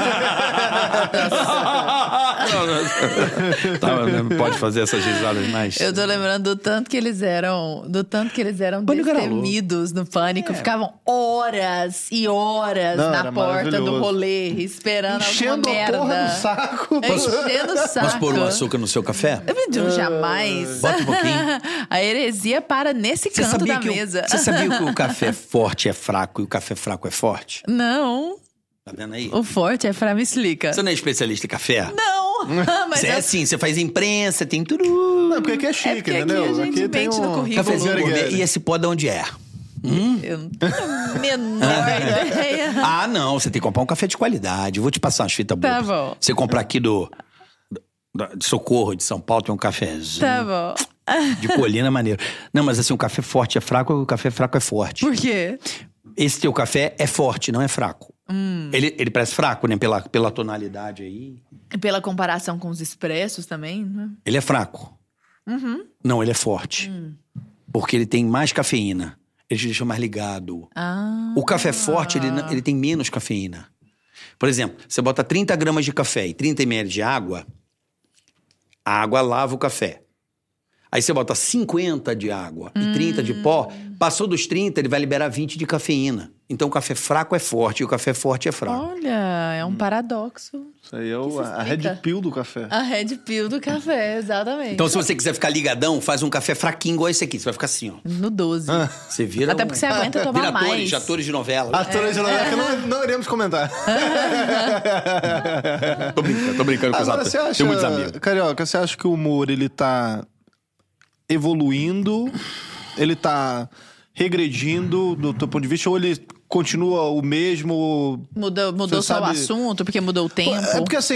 Não pode fazer essas risadas mais. Eu tô lembrando do tanto que eles eram Pânico era destemidos no Pânico. Ficavam horas e horas Não, na era porta do maravilhoso. rolê, esperando Enchendo alguma a merda. porra do saco. Enchendo o saco. Posso pôr um açúcar no seu café? Jamais. Bota um pouquinho. A heresia para nesse canto da mesa. Você sabia que o café forte é fraco e o café fraco é forte? Não. Tá vendo aí? O forte é pra me explica. Você não é especialista em café? Não. Mas Você é assim, você faz imprensa, tem tudo. Não, porque aqui é chique, porque aqui entendeu? a gente mente no currículo. Cafezinho Cafezinho gourmet. E esse pó de onde é? Eu não tenho a menor ideia. Ah, não, você tem que comprar um café de qualidade. Eu vou te passar umas fitas boas. Tá bom. Você comprar aqui de Socorro, de São Paulo, tem um cafezinho. Tá bom. De Colina, maneiro. Não, mas assim, o café forte é fraco, o café fraco é forte. Por quê? Esse teu café é forte, não é fraco. Ele parece fraco, né? Pela tonalidade aí. Pela comparação com os expressos também, né? Ele é fraco. Não, ele é forte. Porque ele tem mais cafeína. Ele te deixa mais ligado. Ah. O café forte, ele tem menos cafeína. Por exemplo, você bota 30 gramas de café e 30 ml de água, a água lava o café. Aí você bota 50 de água e 30 de pó, passou dos 30, ele vai liberar 20 de cafeína. Então o café fraco é forte e o café forte é fraco. Olha, é um paradoxo. Isso aí é Que se a explica. Red Pill do café. A red pill do café, exatamente. Então se você quiser ficar ligadão, faz um café fraquinho igual esse aqui. Você vai ficar assim, ó. No 12. Você vira Até porque você aguenta tomar vira mais. atores de novela. Atores de novela que não iremos comentar. Tô brincando com os Agora, atores. você acha, Tenho muitos amigos. Carioca, você acha que o humor, ele tá evoluindo, ele tá regredindo do teu ponto de vista, ou ele continua o mesmo? Mudou Você só o sabe- assunto, porque mudou o tempo. É porque assim,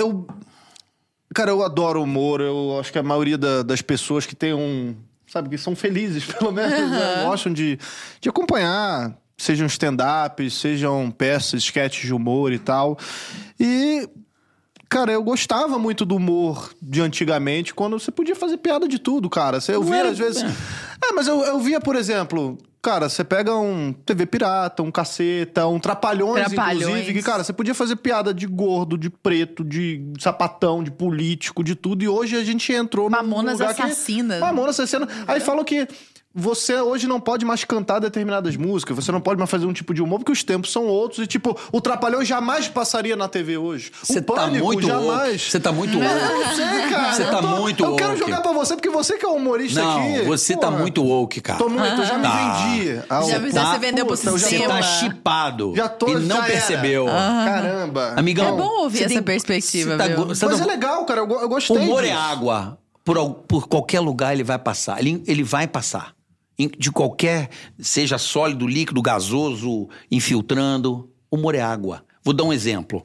Cara, eu adoro humor, eu acho que a maioria das pessoas que tem sabe, que são felizes, pelo menos, né? Gostam de acompanhar, sejam stand-ups, sejam peças, sketches de humor e tal. E, cara, eu gostava muito do humor de antigamente, quando você podia fazer piada de tudo, cara. Eu via, às vezes... mas eu via, por exemplo... Cara, você pega um TV Pirata, um Caceta, um Trapalhões, inclusive, que, cara, você podia fazer piada de gordo, de preto, de sapatão, de político, de tudo. E hoje a gente entrou Mamonas num lugar Assassinas. Mamonas Assassinas. Aí falam que você hoje não pode mais cantar determinadas músicas, você não pode mais fazer um tipo de humor, porque os tempos são outros. E, tipo, o Trapalhões jamais passaria na TV hoje. Você O tá Pânico muito jamais. woke. Você tá muito woke. Eu não sei, cara. Você tá muito Eu quero woke. jogar pra você, porque você que é humorista Não, aqui. você tá porra. muito woke, cara. Tô muito, eu já me vendi. Já você vendeu pro puta, eu já Você sistema. tá chipado Já tô, e não já era. percebeu. Caramba. Amigão, É bom ouvir você essa tem- perspectiva, você tá viu? go- você Mas tá- é legal, cara. Eu gostei O humor é disso. água. Por qualquer lugar ele vai passar. Ele vai passar. De qualquer, seja sólido, líquido, gasoso, infiltrando. O humor é água. Vou dar um exemplo.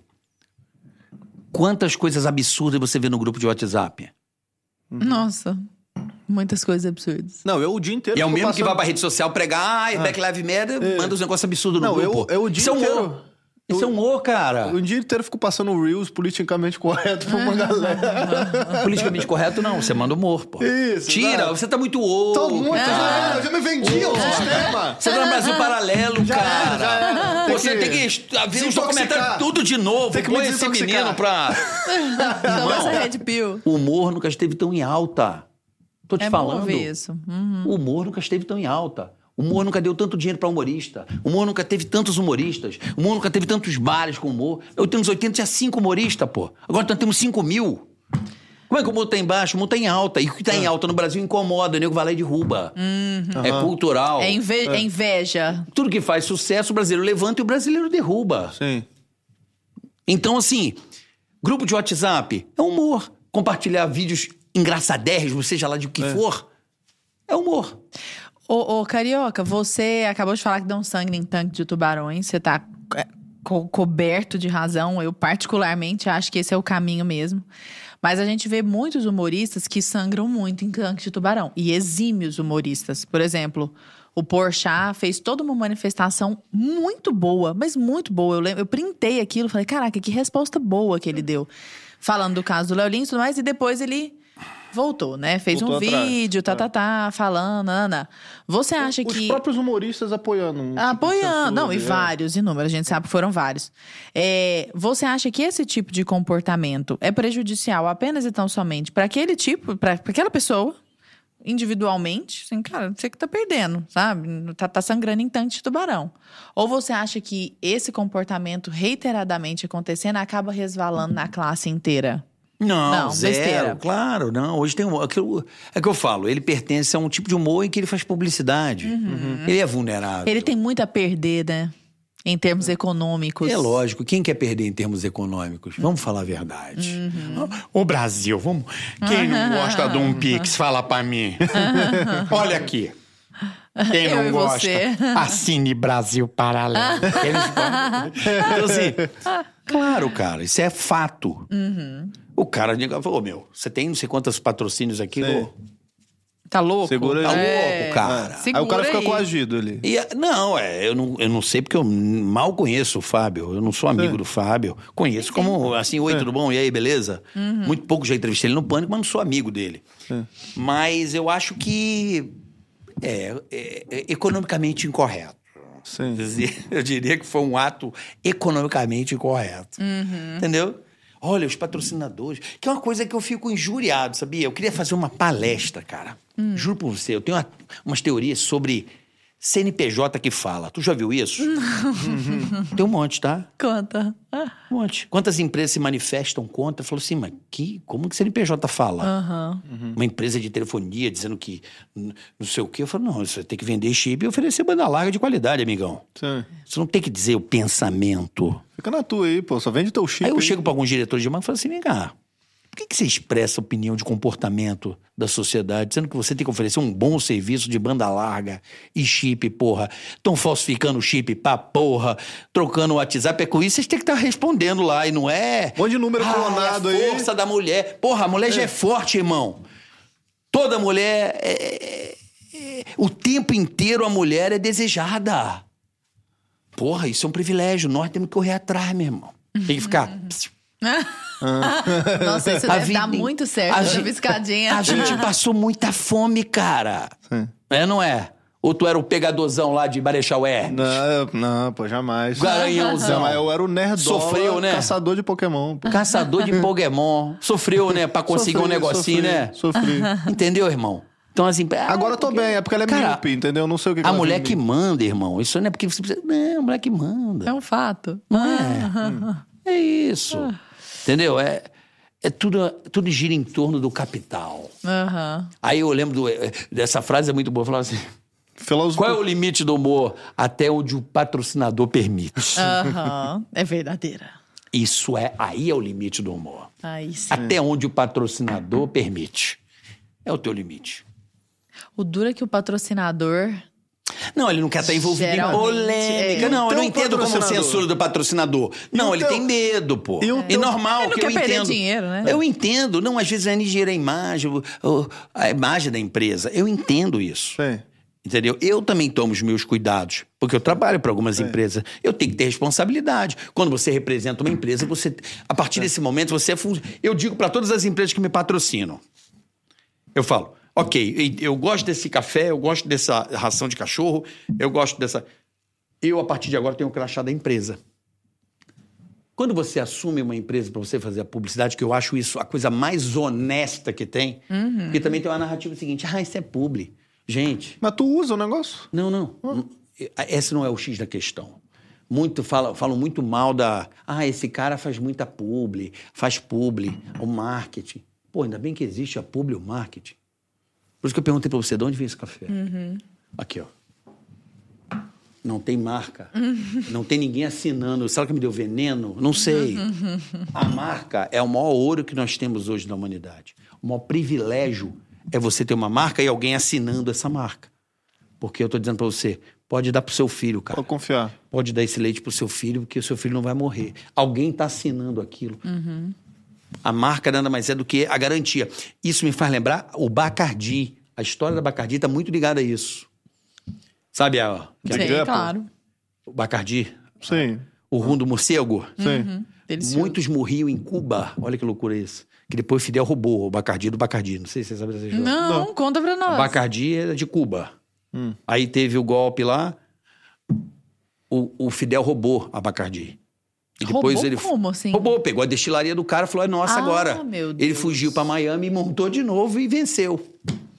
Quantas coisas absurdas você vê no grupo de WhatsApp? Nossa, muitas coisas absurdas. Não, eu o dia inteiro E é o fico mesmo que passando- vai pra rede social pregar, Black Lives Matter, manda uns negócios absurdos no Não, grupo. eu o dia Isso é humor. inteiro- Isso é humor, cara. O dia inteiro eu fico passando Reels politicamente correto pra uma galera. Politicamente correto, não. Você manda humor, pô. Isso, Tira, exato. você tá muito woke. Tô muito, cara. eu já me vendi ao sistema. Você tá no Brasil paralelo, cara. já era. Você tem que ver os desintoxicar. documentários tudo de novo. Tem que me Põe esse desintoxicar. menino pra... Toma essa red pill. O humor nunca esteve tão em alta. Tô te É bom falando. ouvir isso. O humor nunca esteve tão em alta. O humor nunca deu tanto dinheiro pra humorista. O humor nunca teve tantos humoristas. O humor nunca teve tantos bares com humor. Eu tenho uns 80, tinha 5 humoristas, pô. Agora nós temos 5 mil. Como é que o humor tá em baixo? O humor tá em alta. E o que tá em alta no Brasil incomoda. O nego vai lá e derruba. É cultural. É inveja. Tudo que faz sucesso, o brasileiro levanta e o brasileiro derruba. Sim. Então, assim, grupo de WhatsApp é humor. Compartilhar vídeos engraçadérrimos, seja lá de o que for, é humor. Ô, Carioca, você acabou de falar que deu um sangue em tanque de tubarões. Você tá coberto de razão. Eu particularmente acho que esse é o caminho mesmo. Mas a gente vê muitos humoristas que sangram muito em tanque de tubarão. E exímios humoristas. Por exemplo, o Porchat fez toda uma manifestação muito boa, mas muito boa. Eu printei aquilo, falei, caraca, que resposta boa que ele deu. Falando do caso do Léo Lins e tudo mais, e depois ele voltou, né? Fez Voltou um vídeo, falando, Você acha Os que... próprios humoristas apoiando. Apoiando, não, e vários, inúmeros, a gente sabe que foram vários. Você acha que esse tipo de comportamento é prejudicial apenas e tão somente para aquele tipo, para aquela pessoa, individualmente? Assim, cara, você que tá perdendo, sabe? Tá sangrando em tanque de tubarão. Ou você acha que esse comportamento reiteradamente acontecendo acaba resvalando na classe inteira? Não, zero, besteira. claro, não. Hoje tem é que eu falo, ele pertence a um tipo de humor em que ele faz publicidade. Ele é vulnerável. Ele tem muito a perder, né? Em termos econômicos. É lógico, quem quer perder em termos econômicos? Vamos falar a verdade. Ô, Brasil, vamos... Quem não gosta de um Pix, fala pra mim. Olha aqui. Quem Eu não e gosta, você. assine Brasil Paralelo. Então, assim, claro, cara, isso é fato. O cara falou, você tem não sei quantos patrocínios aqui, Sei. ô. Tá louco? Segura Tá aí. louco, cara. Aí o cara fica aí. coagido ali. Eu não sei porque eu mal conheço o Fábio. Eu não sou amigo do Fábio. Conheço como, assim, oi, tudo bom? E aí, beleza? Muito pouco já entrevistei ele no Pânico, mas não sou amigo dele. Mas eu acho que é economicamente incorreto. Sim. Eu diria que foi um ato economicamente incorreto. Entendeu? Olha, os patrocinadores. Que é uma coisa que eu fico injuriado, sabia? Eu queria fazer uma palestra, cara. Juro por você. Eu tenho umas teorias sobre CNPJ que fala. Tu já viu isso? Tem um monte, tá? Conta. Um monte. Quantas empresas se manifestam contra? Falou assim, mas como que CNPJ fala? Uma empresa de telefonia dizendo que não sei o quê. Eu falo, não, você tem que vender chip e oferecer banda larga de qualidade, amigão. Sim. Você não tem que dizer o pensamento. Fica na tua aí, pô. Só vende teu chip. Aí eu chego para alguns diretores de marca e falo assim, vem cá, por que você expressa a opinião de comportamento da sociedade, sendo que você tem que oferecer um bom serviço de banda larga e chip, porra? Estão falsificando o chip pra porra, trocando o WhatsApp. É com isso, vocês têm que estar respondendo lá, e não é... Um monte de número clonado aí. A força da mulher. Porra, a mulher já é forte, irmão. Toda mulher... o tempo inteiro a mulher é desejada. Porra, isso é um privilégio. Nós temos que correr atrás, meu irmão. Tem que ficar... Nossa, isso deve dar muito certo essa piscadinha. A gente passou muita fome, cara. Sim. Não é? Ou tu era o pegadorzão lá de Marechal Hermes? Não, pô, jamais. Garanhãozão. Não, eu era o nerdola, Sofreu, né? caçador de Pokémon. Pô. Caçador de Pokémon. Sofreu, né? Pra conseguir um negocinho, né? Sofri. Entendeu, irmão? Então, assim... Agora eu tô bem, é porque ela é Cara, míope, entendeu? Eu não sei o que A ela mulher vive. que manda, irmão. Isso não é porque você precisa... Não, a mulher que manda. É um fato. Não é? É isso. Entendeu? Tudo gira em torno do capital. Aí eu lembro dessa frase, é muito boa. Eu falava assim... Filósofo... Qual é o limite do humor? Até onde o patrocinador permite. É verdadeira. Isso aí é o limite do humor. Aí sim. Até onde o patrocinador permite. É o teu limite. O duro é que o patrocinador... Não, ele não quer estar envolvido em Geralmente, polêmica. é. Não, eu Então, não entendo como patrocinador. censura do patrocinador. Não, ele tem medo, pô. É normal Ele não que quer eu perder entendo. dinheiro, né? Eu entendo. Não, às vezes é dinheiro a imagem, a imagem da empresa. Eu entendo isso. Sim. Entendeu? Eu também tomo os meus cuidados, porque eu trabalho para algumas empresas. Eu tenho que ter responsabilidade. Quando você representa uma empresa, a partir desse momento, você é Eu digo para todas as empresas que me patrocinam. Eu falo, ok, eu gosto desse café, eu gosto dessa ração de cachorro, eu gosto dessa... Eu, a partir de agora, tenho o crachá da empresa. Quando você assume uma empresa para você fazer a publicidade, que eu acho isso a coisa mais honesta que tem, porque também tem uma narrativa seguinte, isso é publi. Gente... Mas tu usa o negócio? Não. Esse não é o X da questão. Falam muito mal da... esse cara faz muita publi, o marketing. Pô, ainda bem que existe a publi e o marketing. Por isso que eu perguntei pra você, de onde vem esse café? Aqui, ó. Não tem marca. Não tem ninguém assinando. Será que me deu veneno? Não sei. A marca é o maior ouro que nós temos hoje na humanidade. O maior privilégio é você ter uma marca e alguém assinando essa marca. Porque eu tô dizendo pra você, Pode dar pro seu filho, cara. Pode confiar. Pode dar esse leite pro seu filho, porque o seu filho não vai morrer. Alguém tá assinando aquilo. A marca nada mais é do que a garantia. Isso me faz lembrar o Bacardi. A história da Bacardi tá muito ligada a isso. Sabe Sim, claro. o Bacardi? Sim. O rum do morcego? Sim. Delicioso. Muitos morriam em Cuba. Olha que loucura isso. Que depois Fidel roubou o Bacardi do Bacardi. Não sei se você sabe dessa história. Não, conta pra O nós. Bacardi era de Cuba. Aí teve o golpe lá. O Fidel roubou a Bacardi. E depois Roubou ele como, assim? roubou, pegou a destilaria do cara e falou: é nossa agora. Meu Ele Deus. fugiu pra Miami, montou de novo e venceu.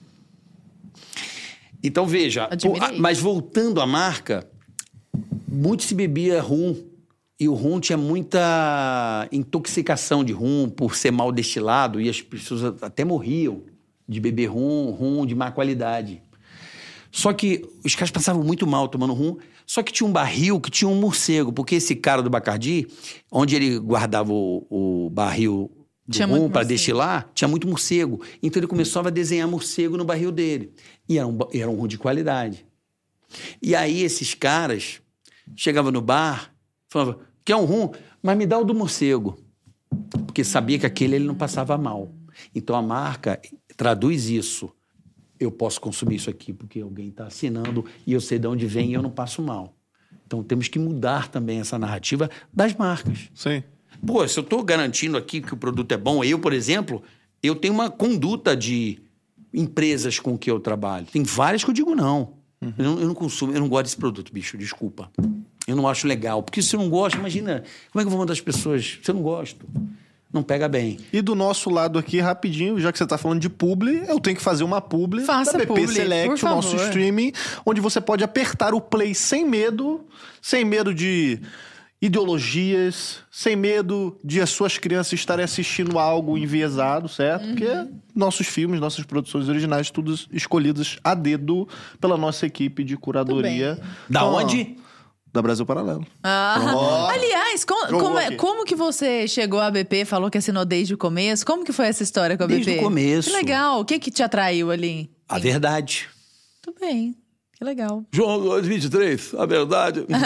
Então veja, Admirei. mas voltando à marca, muito se bebia rum. E o rum tinha muita intoxicação de rum por ser mal destilado. E as pessoas até morriam de beber rum de má qualidade. Só que os caras passavam muito mal tomando rum. Só que tinha um barril que tinha um morcego. Porque esse cara do Bacardi, onde ele guardava o barril do Tinha rum muito para morcego. destilar, tinha muito morcego. Então ele começava a desenhar morcego no barril dele. E era um rum de qualidade. E aí esses caras chegavam no bar, falavam: quer um rum? Mas me dá o do morcego. Porque sabia que aquele ele não passava mal. Então a marca traduz isso. Eu posso consumir isso aqui porque alguém está assinando e eu sei de onde vem e eu não passo mal. Então temos que mudar também essa narrativa das marcas. Sim. Pô, se eu estou garantindo aqui que o produto é bom, eu, por exemplo, eu tenho uma conduta de empresas com que eu trabalho. Tem várias que eu digo não. Eu não consumo, eu não gosto desse produto, bicho, desculpa. Eu não acho legal. Porque se eu não gosto, imagina, como é que eu vou mandar as pessoas? Se eu não gosto, não pega bem. E do nosso lado aqui, rapidinho, já que você tá falando de publi, eu tenho que fazer uma publi Faça da BP publi, Select, por o nosso favor. streaming, onde você pode apertar o play sem medo de ideologias, sem medo de as suas crianças estarem assistindo algo enviesado, certo? Porque nossos filmes, nossas produções originais, todos escolhidos a dedo pela nossa equipe de curadoria. Da Então, onde? Da Brasil Paralelo. Ah. Aliás, Jogou aqui. como que você chegou à BP, falou que assinou desde o começo? Como que foi essa história com a BP? Desde o começo. Que legal. O que te atraiu ali? A verdade. Tudo bem. Que legal. João 2:23, a verdade. Diz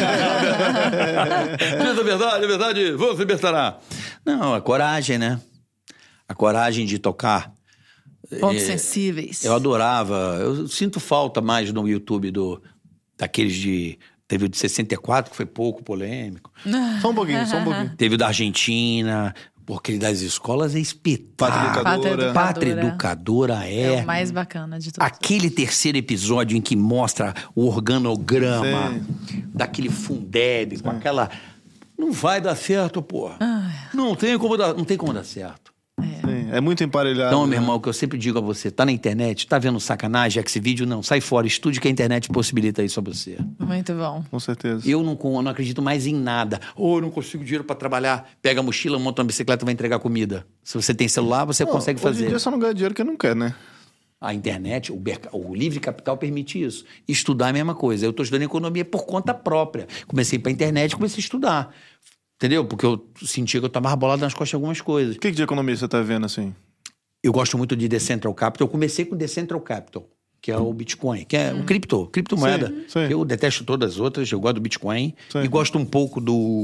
a verdade vos libertará. Não, a coragem, né? A coragem de tocar. Pontos sensíveis. Eu adorava. Eu sinto falta mais no YouTube daqueles de... Teve o de 64, que foi pouco polêmico. Só um pouquinho, só um pouquinho. Teve o da Argentina, porque das escolas é espetáculo. Pátria Pátria Educadora É o mais bacana de tudo. Aquele terceiro episódio em que mostra o organograma daquele Fundeb com aquela... Não vai dar certo, porra. Não tem como dar certo. Sim, é muito emparelhado. Então, meu né? irmão, o que eu sempre digo a você, tá na internet, tá vendo sacanagem, Xvideo, não, sai fora, estude que a internet possibilita isso a você. Muito bom. Com certeza. Eu não acredito mais em nada. Ou eu não consigo dinheiro pra trabalhar. Pega a mochila, monta uma bicicleta e vai entregar comida. Se você tem celular, você consegue Hoje em fazer. dia só não ganha dinheiro que não quer, né? A internet, o livre capital permite isso. Estudar é a mesma coisa. Eu estou estudando economia por conta própria. Comecei para a internet e comecei a estudar. Entendeu? Porque eu sentia que eu tomava bolada nas costas de algumas coisas. O que de economia você tá vendo assim? Eu gosto muito de Decentral Capital. Eu comecei com Decentral Capital, que é o Bitcoin, que é o criptomoeda. Sim, sim. Eu detesto todas as outras, eu gosto do Bitcoin. Sim. E gosto um pouco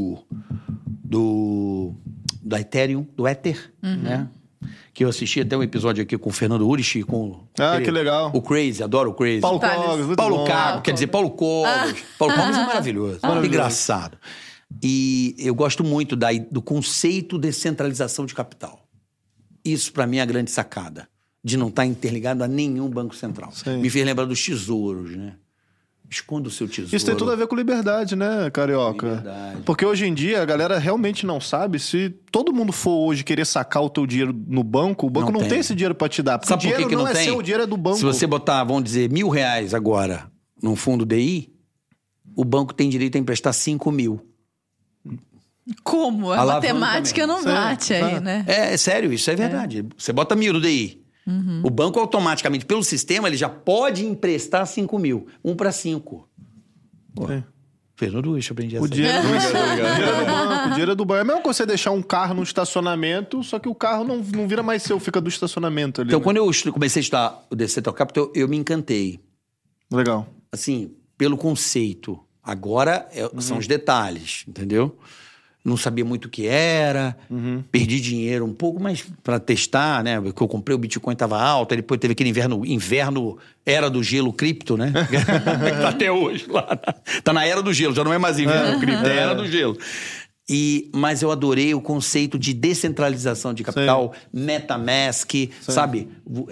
da Ethereum, do Ether, né? Que eu assisti até um episódio aqui com o Fernando Urich, com... Que legal. O Crazy, adoro o Crazy. Paulo Thales. Cogos, muito Paulo bom. Cago, quer dizer, Paulo Cogos. Paulo Cogos é maravilhoso. Engraçado. E eu gosto muito do conceito de centralização de capital. Isso, para mim, é a grande sacada. De não estar interligado a nenhum banco central. Sim. Me fez lembrar dos tesouros, né? Esconda o seu tesouro. Isso tem tudo a ver com liberdade, né, Carioca? Liberdade. Porque hoje em dia a galera realmente não sabe se todo mundo for hoje querer sacar o teu dinheiro no banco, o banco não tem esse dinheiro pra te dar. Porque Sabe o por que dinheiro que não não é tem? seu, o dinheiro é do banco. Se você botar, vamos dizer, R$1.000 agora num fundo DI, o banco tem direito a emprestar 5 mil. Como? A Alavanca matemática mesmo. não bate aí, É. né? É sério, isso é verdade. Você bota 1.000 no DI. O banco automaticamente, pelo sistema, ele já pode emprestar 5 mil. 1 para 5. Sim. Fernando Urich, eu aprendi essa. O dinheiro não é seu, o dinheiro é do banco. O dinheiro é do banco. É mesmo que você deixar um carro no estacionamento, só que o carro não vira mais seu, fica do estacionamento ali. Então, né? quando eu comecei a estudar o Decentral Capital, eu me encantei. Legal. Assim, pelo conceito. Agora são os detalhes, entendeu? Não sabia muito o que era, perdi dinheiro um pouco, mas para testar, né? Porque eu comprei, o Bitcoin estava alto, aí depois teve aquele inverno era do gelo cripto, né? Tá até hoje lá. Tá na era do gelo, já não é mais inverno cripto, é era do gelo. Mas eu adorei o conceito de descentralização de capital, MetaMask, sabe?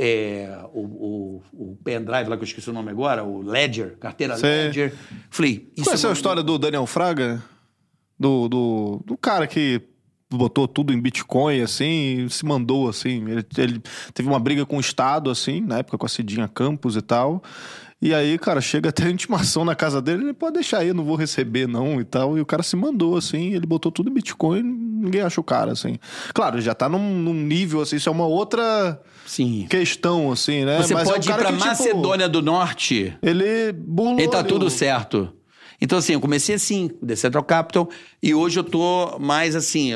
O pendrive lá que eu esqueci o nome agora, o Ledger, carteira Ledger. Falei, isso Conheceu a história do Daniel Fraga? Do cara que botou tudo em Bitcoin, assim, e se mandou, assim. Ele teve uma briga com o Estado, assim, na época com a Cidinha Campos e tal. E aí, cara, chega até a intimação na casa dele, ele pode deixar aí, eu não vou receber não e tal. E o cara se mandou, assim, ele botou tudo em Bitcoin, ninguém acha o cara, assim. Claro, já tá num nível, assim, isso é uma outra questão, assim, né? Você Mas pode ir pra Macedônia do Norte. Ele burlou. E tá tudo certo. Então, assim, eu comecei assim, Decentral Capital, e hoje eu tô mais assim,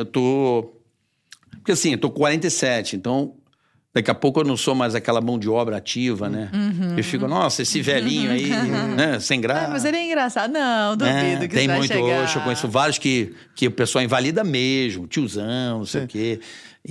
porque assim, eu tô com 47, então daqui a pouco eu não sou mais aquela mão de obra ativa, né? Eu fico, nossa, esse velhinho aí, né, sem graça. Mas ele é engraçado. Não, duvido que tem vai muito chegar. hoje, eu conheço vários que o pessoal invalida mesmo, tiozão, não sei o quê.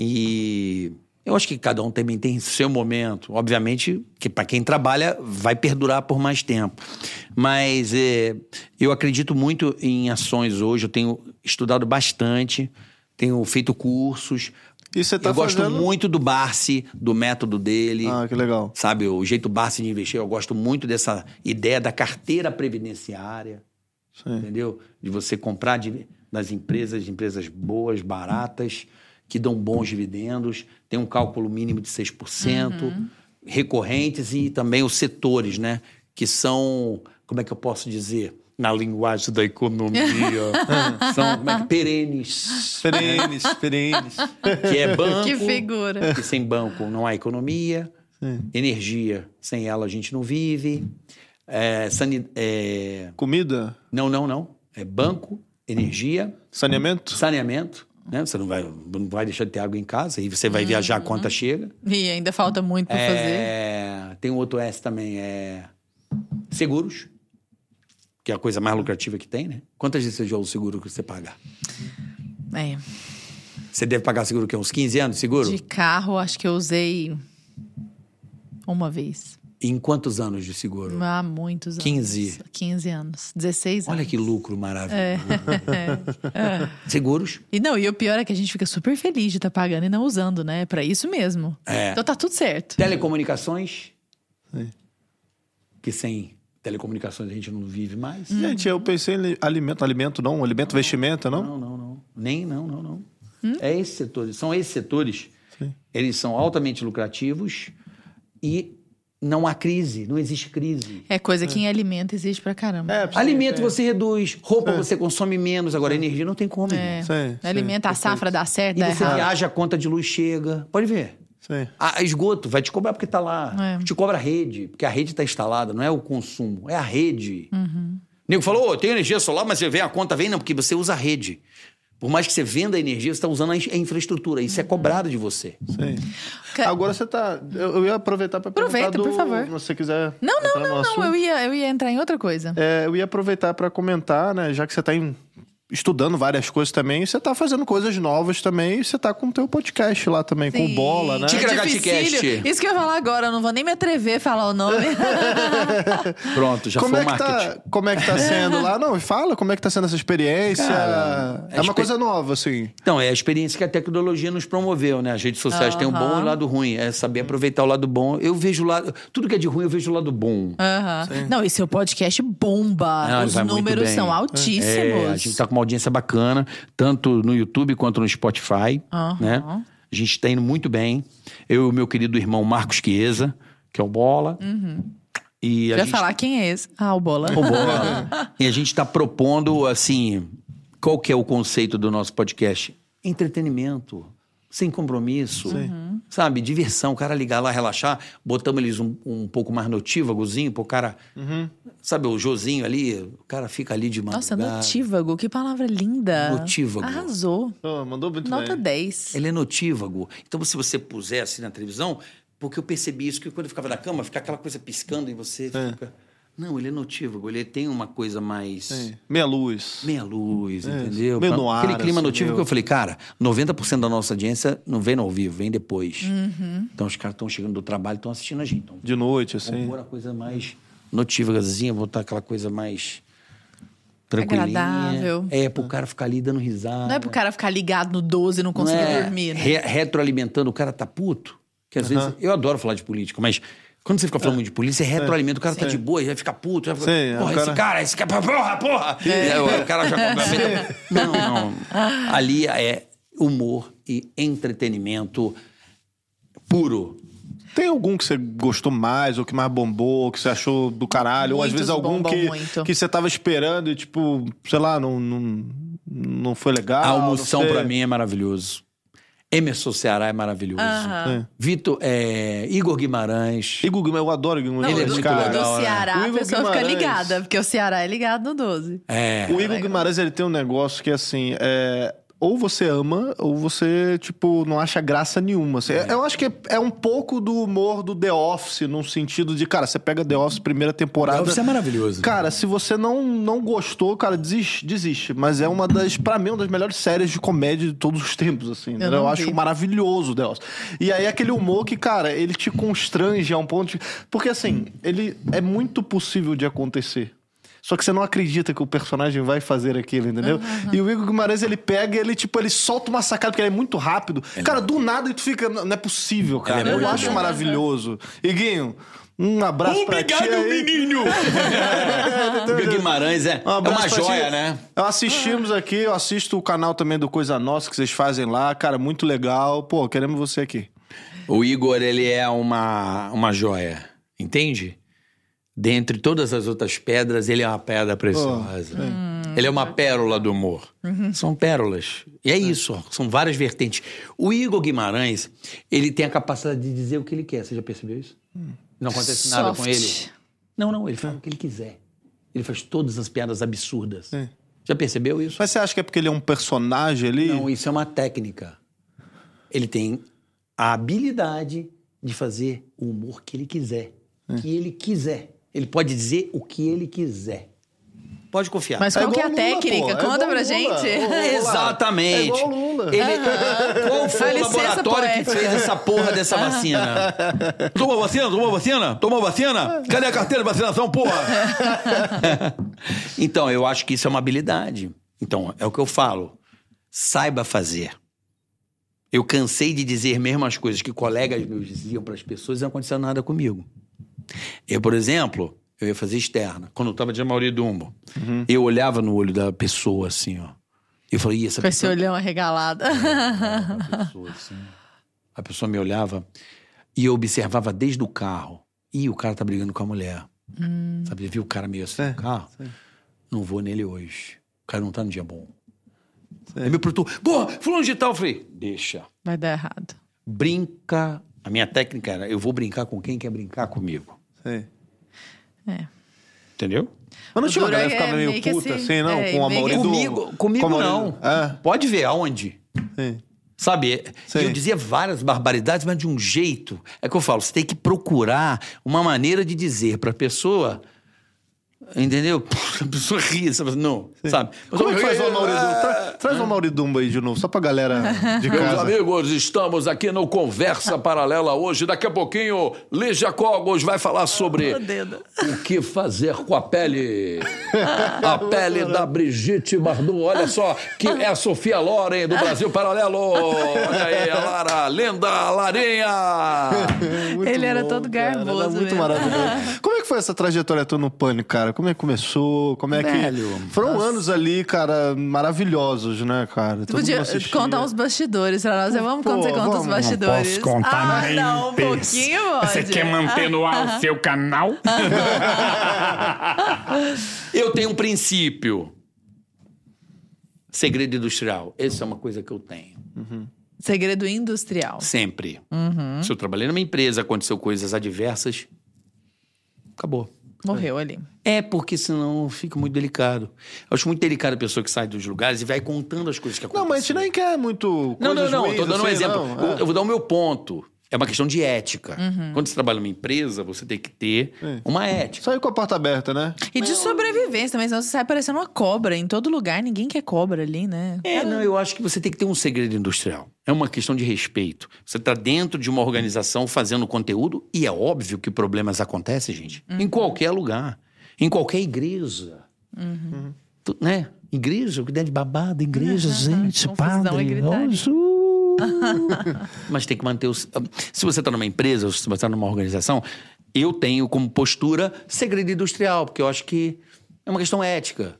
E eu acho que cada um também tem seu momento. Obviamente, que para quem trabalha, vai perdurar por mais tempo. Mas eu acredito muito em ações hoje. Eu tenho estudado bastante, tenho feito cursos. E você tá gosto muito do Barsi, do método dele. Ah, que legal. Sabe, o jeito Barsi de investir. Eu gosto muito dessa ideia da carteira previdenciária. Sim. Entendeu? De você comprar das empresas boas, baratas, que dão bons dividendos, tem um cálculo mínimo de 6%, recorrentes e também os setores, né? Que são, como é que eu posso dizer? Na linguagem da economia, são perenes. Perenes. Que é banco. Que figura. Que sem banco não há economia. Energia, sem ela a gente não vive. Comida? Não. É banco, energia. Saneamento. Né? Você não vai deixar de ter água em casa, e você vai viajar a conta chega. E ainda falta muito para fazer. Tem um outro S também, seguros, que é a coisa mais lucrativa que tem, né? Quantas vezes você já usa o seguro que você paga? Você deve pagar seguro que uns 15 anos de seguro? De carro, acho que eu usei uma vez. E em quantos anos de seguro? Há muitos anos. 15 anos. 16 anos. Olha que lucro maravilhoso. Seguros. E o pior é que a gente fica super feliz de estar pagando e não usando, né? É pra isso mesmo. Então tá tudo certo. Telecomunicações. Que sem telecomunicações a gente não vive mais. Gente, eu pensei em alimento não? Alimento, vestimenta, não? Não. Não. Esses setores. São esses setores. Sim. Eles são altamente lucrativos e não há crise, não existe crise. É coisa que em alimento existe pra caramba. Alimento você reduz, roupa você consome menos, agora energia não tem como. Alimento, a safra dá certo, e dá você errado. viaja, a conta de luz chega. Pode ver. Esgoto vai te cobrar porque tá lá. Te cobra a rede, porque a rede tá instalada, não é o consumo, é a rede. O nego falou, tem energia solar, mas vem a conta, não, porque você usa a rede. Por mais que você venda a energia, você está usando a infraestrutura. Isso é cobrado de você. Sim. Agora você tá... Eu ia aproveitar para perguntar por favor. Se você quiser... Não. Eu ia entrar em outra coisa. Eu ia aproveitar para comentar, né? Já que você está estudando várias coisas também, você tá fazendo coisas novas também, e você tá com o teu podcast lá também, com o Bola, né? Ticaracatecast. Isso que eu ia falar agora, eu não vou nem me atrever a falar o nome. Pronto, já foi o marketing. Como é que tá sendo lá? Não, fala como é que tá sendo essa experiência. Cara, é uma coisa nova, assim. Então, é a experiência que a tecnologia nos promoveu, né? As redes sociais têm o bom e o lado ruim. É saber aproveitar o lado bom. Eu vejo o lado... Tudo que é de ruim, eu vejo o lado bom. Não, e seu podcast bomba. Os números são altíssimos. A gente tá com uma audiência bacana, tanto no YouTube quanto no Spotify, né? A gente está indo muito bem. Eu e o meu querido irmão Marcos Chiesa, que é o Bola. E já falar quem é esse? O Bola. O Bola. E a gente está propondo, assim, qual que é o conceito do nosso podcast? Entretenimento, sem compromisso, sabe? Diversão, o cara ligar lá, relaxar, botamos eles um pouco mais notívagozinho pro cara, sabe, o Josinho ali, o cara fica ali de madrugada. Nossa, notívago, que palavra linda. Notívago. Arrasou. Mandou muito Nota bem. 10. Ele é notívago. Então, se você puser assim na televisão, porque eu percebi isso, que quando eu ficava na cama, fica aquela coisa piscando e você fica... Não, ele é notívago, ele tem uma coisa mais... Sim. Meia luz. Meia luz, entendeu? Meio no ar, aquele clima assim, notívago meio... que eu falei, cara, 90% da nossa audiência não vem no ao vivo, vem depois. Então os caras estão chegando do trabalho e estão assistindo a gente. Então, De noite, assim. vamos pôr a coisa mais notívagazinha, botar aquela coisa mais tranquilinha. Agradável. Pro cara ficar ali dando risada. Não é pro cara ficar ligado no 12 e não conseguir dormir, né? Retroalimentando, o cara tá puto. Que às vezes, eu adoro falar de política, mas quando você fica falando muito de polícia, você retroalimenta, o cara tá de boa, já fica puto, já fica, porra, esse cara, porra! O cara já complementa. Não. Ali é humor e entretenimento puro. Tem algum que você gostou mais, ou que mais bombou, que você achou do caralho? Ou às vezes algum que você tava esperando e, tipo, sei lá, não foi legal? A Almoção, pra mim, é maravilhoso. Emerson Ceará é maravilhoso. Vitor, Igor Guimarães. Eu adoro Igor Guimarães. Ele é muito legal. Do Ceará, a pessoa fica ligada, porque o Ceará é ligado no 12. O Igor Guimarães, ele tem um negócio que, assim, ou você ama, ou você, tipo, não acha graça nenhuma. Eu acho que é um pouco do humor do The Office, num sentido de, cara, você pega The Office, primeira temporada... The Office é maravilhoso. Cara, se você não gostou, cara, desiste. Mas é pra mim, uma das melhores séries de comédia de todos os tempos, assim. Eu acho maravilhoso o The Office. E aí, aquele humor que, cara, ele te constrange a um ponto... Porque, assim, ele é muito possível de acontecer. Só que você não acredita que o personagem vai fazer aquilo, entendeu? E o Igor Guimarães, ele pega, ele solta uma sacada, porque ele é muito rápido. Cara, do nada, e tu fica... Não é possível, cara. Eu acho maravilhoso. Iguinho, um abraço pra ti aí. Obrigado, menino! O Igor Guimarães é uma joia, né? Assistimos aqui, eu assisto o canal também do Coisa Nossa, que vocês fazem lá. Cara, muito legal. Pô, queremos você aqui. O Igor, ele é uma joia, entende? Dentre todas as outras pedras, ele é uma pedra preciosa. Ele é uma pérola do humor. São pérolas. E é isso, ó, são várias vertentes. O Igor Guimarães, ele tem a capacidade de dizer o que ele quer. Você já percebeu isso? Não acontece nada com ele. Não, ele fala o que ele quiser. Ele faz todas as piadas absurdas. Já percebeu isso? Mas você acha que é porque ele é um personagem ali? Não, isso é uma técnica. Ele tem a habilidade de fazer o humor que ele quiser. Que ele quiser. Ele pode dizer o que ele quiser. Pode confiar. Mas qual que é a técnica? Conta pra gente. Exatamente. É igual o Lula. Qual foi o laboratório que fez essa porra dessa vacina? Tomou vacina? Tomou vacina? Cadê a carteira de vacinação, porra? Então, eu acho que isso é uma habilidade. Então, é o que eu falo. Saiba fazer. Eu cansei de dizer mesmo as coisas que colegas meus diziam para as pessoas e não aconteceu nada comigo. Eu, por exemplo, eu ia fazer externa. Quando eu tava de Amaury Dumbo, eu olhava no olho da pessoa assim, ó. Eu falei, essa com pessoa... esse olhão arregalado. A pessoa me olhava e eu observava desde o carro. Ih, o cara tá brigando com a mulher. Sabe, viu o cara meio assim no carro? Não vou nele hoje. O cara não tá no dia bom. Aí meu produtor, pô, fulano de tal. Eu falei, deixa. Vai dar errado. Brinca. A minha técnica era, eu vou brincar com quem quer brincar comigo. Entendeu? Mas não tinha uma galera que ficava meio puta assim, não? Com a Maurício... Comigo não. Pode ver aonde. Sabe? E eu dizia várias barbaridades, mas de um jeito... É que eu falo, você tem que procurar uma maneira de dizer pra pessoa... Entendeu? A pessoa ri, sabe? Não, sabe? Mas como é que faz o Amaury Dumbo? Traz o Amaury Dumbo aí de novo, só pra galera de casa. Meus amigos, estamos aqui no Conversa Paralela hoje. Daqui a pouquinho, Lígia Cogos vai falar sobre o que fazer com a pele. A pele da Brigitte Bardot. Olha só, que é a Sofia Loren do Brasil Paralelo. Olha aí, a Lara, lenda Larinha. Ele era todo garboso. Era muito maravilhoso. Como é que foi essa trajetória tua no Pânico, cara? Como é que começou? Como é que... Foram anos ali, cara, maravilhosos, né, cara? Tu podia contar uns bastidores pra nós. Vamos quando você conta os bastidores. Não posso contar nem não, um pouquinho pode. Você quer manter no ar o seu canal? Eu tenho um princípio. Segredo industrial. Essa é uma coisa que eu tenho. Segredo industrial. Sempre. Se eu trabalhei numa empresa, aconteceu coisas adversas, acabou. Morreu ali. É, porque senão fica muito delicado. Eu acho muito delicado a pessoa que sai dos lugares e vai contando as coisas que acontecem. Não, mas a gente nem quer muito Não, ruins, tô dando um assim, exemplo. não. Eu vou dar o meu ponto. É uma questão de ética. Quando você trabalha numa empresa, você tem que ter uma ética. Saiu com a porta aberta, né? E de sobrevivência também, senão você sai parecendo uma cobra em todo lugar. Ninguém quer cobra ali, né? Não, eu acho que você tem que ter um segredo industrial. É uma questão de respeito. Você está dentro de uma organização fazendo conteúdo e é óbvio que problemas acontecem, gente. Em qualquer lugar. Em qualquer igreja. Né? Igreja, cuidar de babado, igreja, gente, Confusão padre. e gritaria. Mas tem que manter os... Se você está numa empresa, ou se você está numa organização, eu tenho como postura segredo industrial, porque eu acho que é uma questão ética.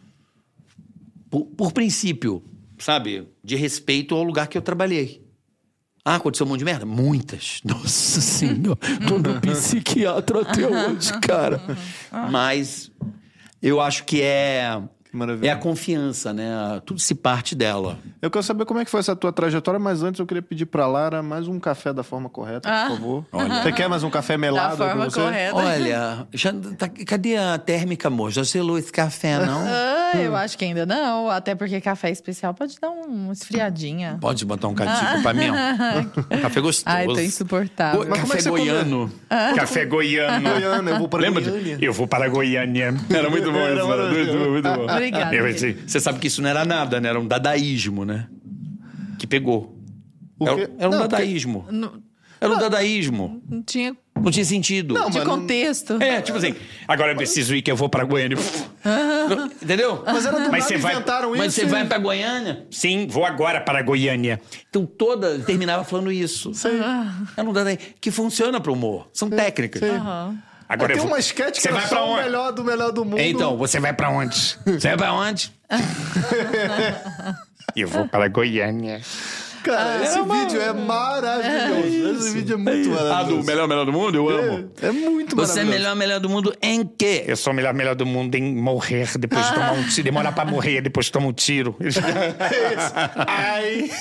Por princípio, sabe? De respeito ao lugar que eu trabalhei. Aconteceu um monte de merda? Muitas. Nossa Senhora. Tô no psiquiatra até hoje, cara. Mas eu acho que é a confiança, né? Tudo se parte dela. Eu quero saber como é que foi essa tua trajetória, mas antes eu queria pedir pra Lara mais um café da forma correta, por favor. Olha. Você quer mais um café melado Da forma pra você? correta. Olha, cadê a térmica, amor? Já selou esse café, não? Eu acho que ainda não. Até porque café especial pode dar uma esfriadinha. Pode botar um cadinho pra mim, ó. Café gostoso. Ai, tô insuportável. Mas como é Café que você goiano. Café goiano. Goiânia, eu vou pra Lembra? Goiânia. Eu vou para Goiânia. Era muito bom Era isso, maravilhoso. muito bom. Obrigada. Eu, querido. assim, Você sabe que isso não era nada, né? Era um dadaísmo, né? Que pegou. O quê? Era um Não, dadaísmo. Não, Era um dadaísmo. não tinha Não tinha sentido. Não, de mas não- contexto. É, tipo assim, agora eu preciso ir que eu vou para Goiânia. Entendeu? Mas era do Mas nada, você vai- inventaram isso. Mas você vai pra Goiânia? Sim, vou agora para Goiânia. Então terminava falando isso. Era um dadaí. Que funciona pro humor. São técnicas. Agora Tem eu vou... uma esquete que Você é vai só pra o onde? melhor do melhor do mundo. Então, você vai pra onde? Você vai pra onde? Eu vou para Goiânia. Cara, esse vídeo é maravilhoso. Esse vídeo é muito maravilhoso. do melhor do mundo? Eu amo. É muito Você é maravilhoso. melhor do mundo em quê? Eu sou o melhor do mundo em morrer depois de tomar um tiro. Demorar pra morrer, depois toma um tiro. Ai.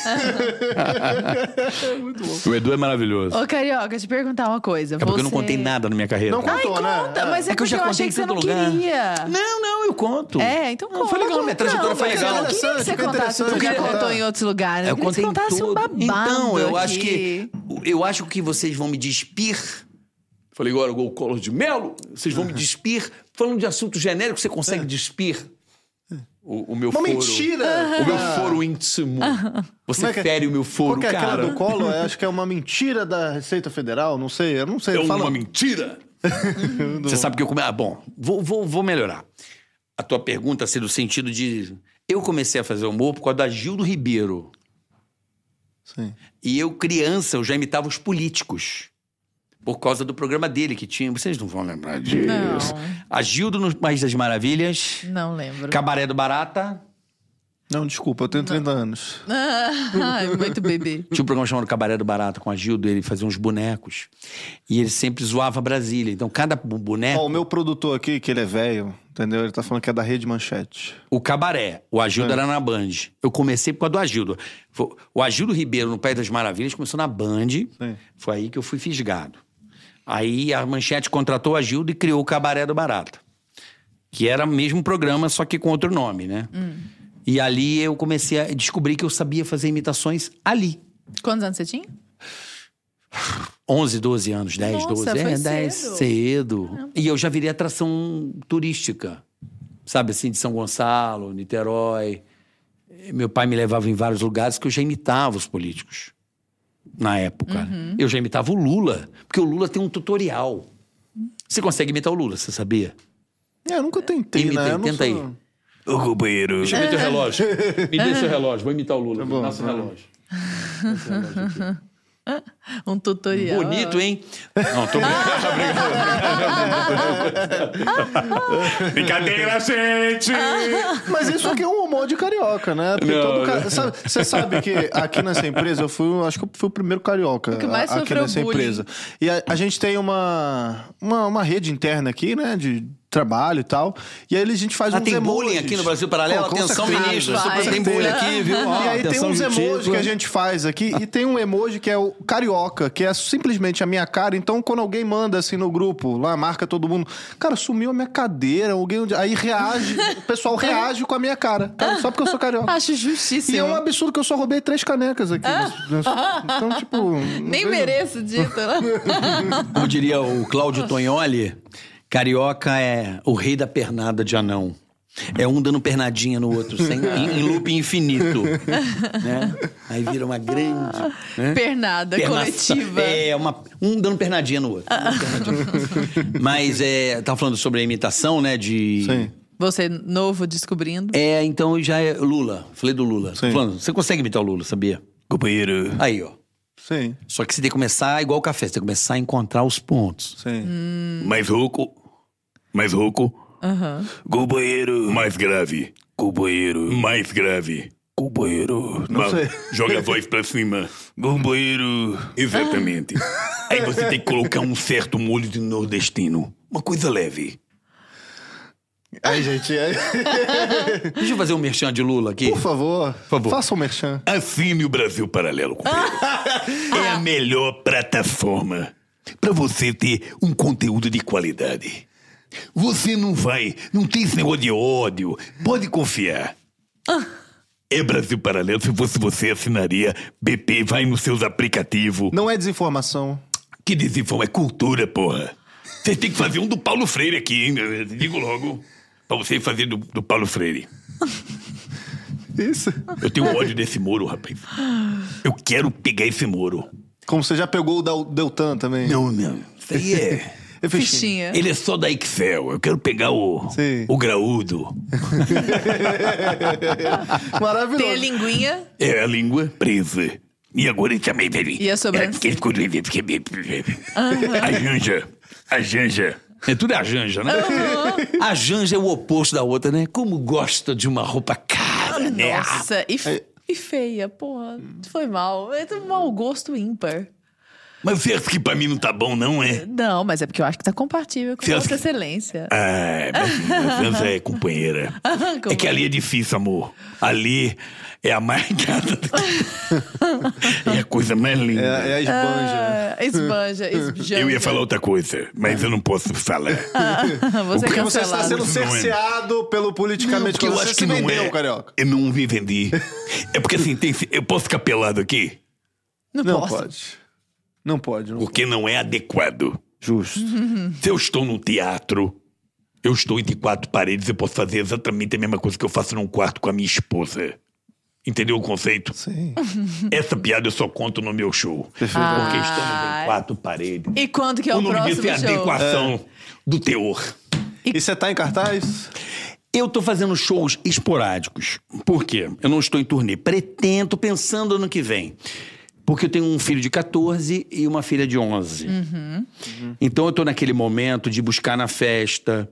O Edu é maravilhoso. Ô, Carioca, te perguntar uma coisa. É porque eu não contei nada na minha carreira. Não contou, né? Conta, mas é que eu porque já eu achei contei que você em não todo lugar. queria. Não, eu conto. Então Não, conta. foi legal, minha trajetória foi Não, legal. Eu não queria que você Fica contasse o que você já interessante contou contar. em outros lugares. Eu queria que você contei contasse um tudo. babado Então, eu acho aqui. que... Eu acho que vocês vão me despir... Falei agora, o Collor de Mello. Vocês vão me despir. Falando de assunto genérico, você consegue despir o meu Uma foro. mentira. O meu foro íntimo. Você Como é que é? fere o meu foro, Qual que é aquela cara. do Collor? Acho que é uma mentira da Receita Federal. Não sei, eu não sei. É Fala. uma mentira. Você sabe que eu comecei... bom, vou melhorar. A tua pergunta ser no sentido de... Eu comecei a fazer humor por causa da Gildo Ribeiro. Sim. E eu, criança, eu já imitava os políticos. Por causa do programa dele que tinha... Vocês não vão lembrar disso. Não. A Gildo no País das Maravilhas. Não lembro. Cabaré do Barata. Não, desculpa, eu tenho 30 anos. Ai, muito bebê. Tinha um programa chamado Cabaré do Barata com a Gildo. Ele fazia uns bonecos. E ele sempre zoava Brasília. Então, cada boneco... Ó, o meu produtor aqui, que ele é velho, entendeu? Ele tá falando que é da Rede Manchete. O Cabaré. O Agildo era na Band. Eu comecei por causa do Agildo. O Agildo Ribeiro, no País das Maravilhas, começou na Band. Sim. Foi aí que eu fui fisgado. Aí a Manchete contratou o Agildo e criou o Cabaré do Barata. Que era o mesmo programa, só que com outro nome, né? E ali eu comecei a descobrir que eu sabia fazer imitações ali. Quantos anos você tinha? 11, 12 anos, 10, Nossa, 12. foi 10, cedo. cedo. E eu já virei atração turística. Sabe assim, de São Gonçalo, Niterói. Meu pai me levava em vários lugares que eu já imitava os políticos. Na época. Eu já imitava o Lula. Porque o Lula tem um tutorial. Você consegue imitar o Lula, você sabia? É, eu nunca tentei, Imitei, né? Eu não tenta sou- aí. Ô, companheiro. Deixa eu ver teu relógio. Me dê seu relógio. Vou imitar o Lula. bom, Me dá seu relógio. Um tutorial. Bonito, hein? Não, tô brincando. Brincadeira, gente! Mas isso aqui é um humor de carioca, né? Porque você sabe que aqui nessa empresa, acho que eu fui o primeiro carioca que mais aqui sofreu nessa bullying. empresa. E a gente tem uma rede interna aqui, né? De trabalho e tal. E aí a gente faz uns tem emojis. bullying aqui no Brasil Paralelo? Pô, com Atenção, certeza. ministros. Vai. Tem bullying aqui, viu? Ó, E aí tem atenção, uns justiça. emojis que a gente faz aqui. E tem um emoji que é o carioca carioca, que é simplesmente a minha cara. Então, quando alguém manda assim no grupo, lá marca todo mundo, cara, sumiu a minha cadeira, alguém aí reage, o pessoal reage com a minha cara, tá? Só porque eu sou carioca. Acho justíssimo. E é um absurdo que eu só roubei 3 canecas aqui. Então, tipo... Nem mereço dito, né? Como diria o Cláudio Tognoli, carioca é o rei da pernada de anão. É um dando pernadinha no outro, em loop infinito. Né? Aí vira uma grande... Né? Pernada coletiva. Um dando pernadinha no outro. Mas, tava falando sobre a imitação, né? Sim. Você novo descobrindo. Então já é Lula. Falei do Lula. Falando, você consegue imitar o Lula, sabia? Companheiro. Aí, ó. Sim. Só que você tem que começar igual o café. Você tem que começar a encontrar os pontos. Sim. Mais rouco. Companheiro. Mais grave. Companheiro. Mais grave. Companheiro. Não sei. Joga a voz pra cima. Companheiro. Exatamente. Aí você tem que colocar um certo molho de nordestino. Uma coisa leve. Aí, gente... Deixa eu fazer um merchan de Lula aqui. Por favor, faça um merchan. Assine o Brasil Paralelo, companheiro. É a melhor plataforma pra você ter um conteúdo de qualidade. Você não tem esse negócio de ódio. Pode confiar. É Brasil Paralelo. Se fosse você, assinaria. BP, vai nos seus aplicativos. Não é desinformação. Que desinformação? É cultura, porra. Vocês têm que fazer um do Paulo Freire aqui, hein? Eu digo logo. Pra vocês fazerem do Paulo Freire. Isso. Eu tenho ódio desse Moro, rapaz. Eu quero pegar esse Moro. Como você já pegou o Deltan também. Não. Isso aí é... Fichinha. Ele é só da Excel. Eu quero pegar o graúdo. Maravilhoso. Tem a linguinha. É a língua presa. E agora ele também... E a sobrancelha. A janja. É tudo a janja, né? A Janja é o oposto da outra, né? Como gosta de uma roupa cara, né? Nossa, e feia, porra. Foi mal. É um mau gosto ímpar. Mas você acha que pra mim não tá bom, não, é? Não, mas é porque eu acho que tá compatível com Você acha Vossa que- Excelência. A janja é companheira. É que ali é difícil, amor. Ali é a mais gata. É a coisa mais linda. É a esbanja. Esbanja. Eu ia falar outra coisa, mas eu não posso falar. Você é Porque você está cancelado. sendo cerceado pelo politicamente Porque eu correto. acho Você que se não vendeu, é. carioca. Eu não me vendi. É porque assim, eu posso ficar pelado aqui? Não Não posso. pode. Não pode. Porque não é adequado. Justo. Se eu estou num teatro, eu estou entre 4 paredes, eu posso fazer exatamente a mesma coisa que eu faço num quarto com a minha esposa. Entendeu o conceito? Sim. Essa piada eu só conto no meu show. Porque estamos em 4 paredes. E quando que é O o nome próximo disso é show? adequação do teor. E você tá em cartaz? Eu tô fazendo shows esporádicos. Por quê? Eu não estou em turnê. Pretendo, pensando no que vem. Porque eu tenho um filho de 14 e uma filha de 11. Então eu tô naquele momento de buscar na festa,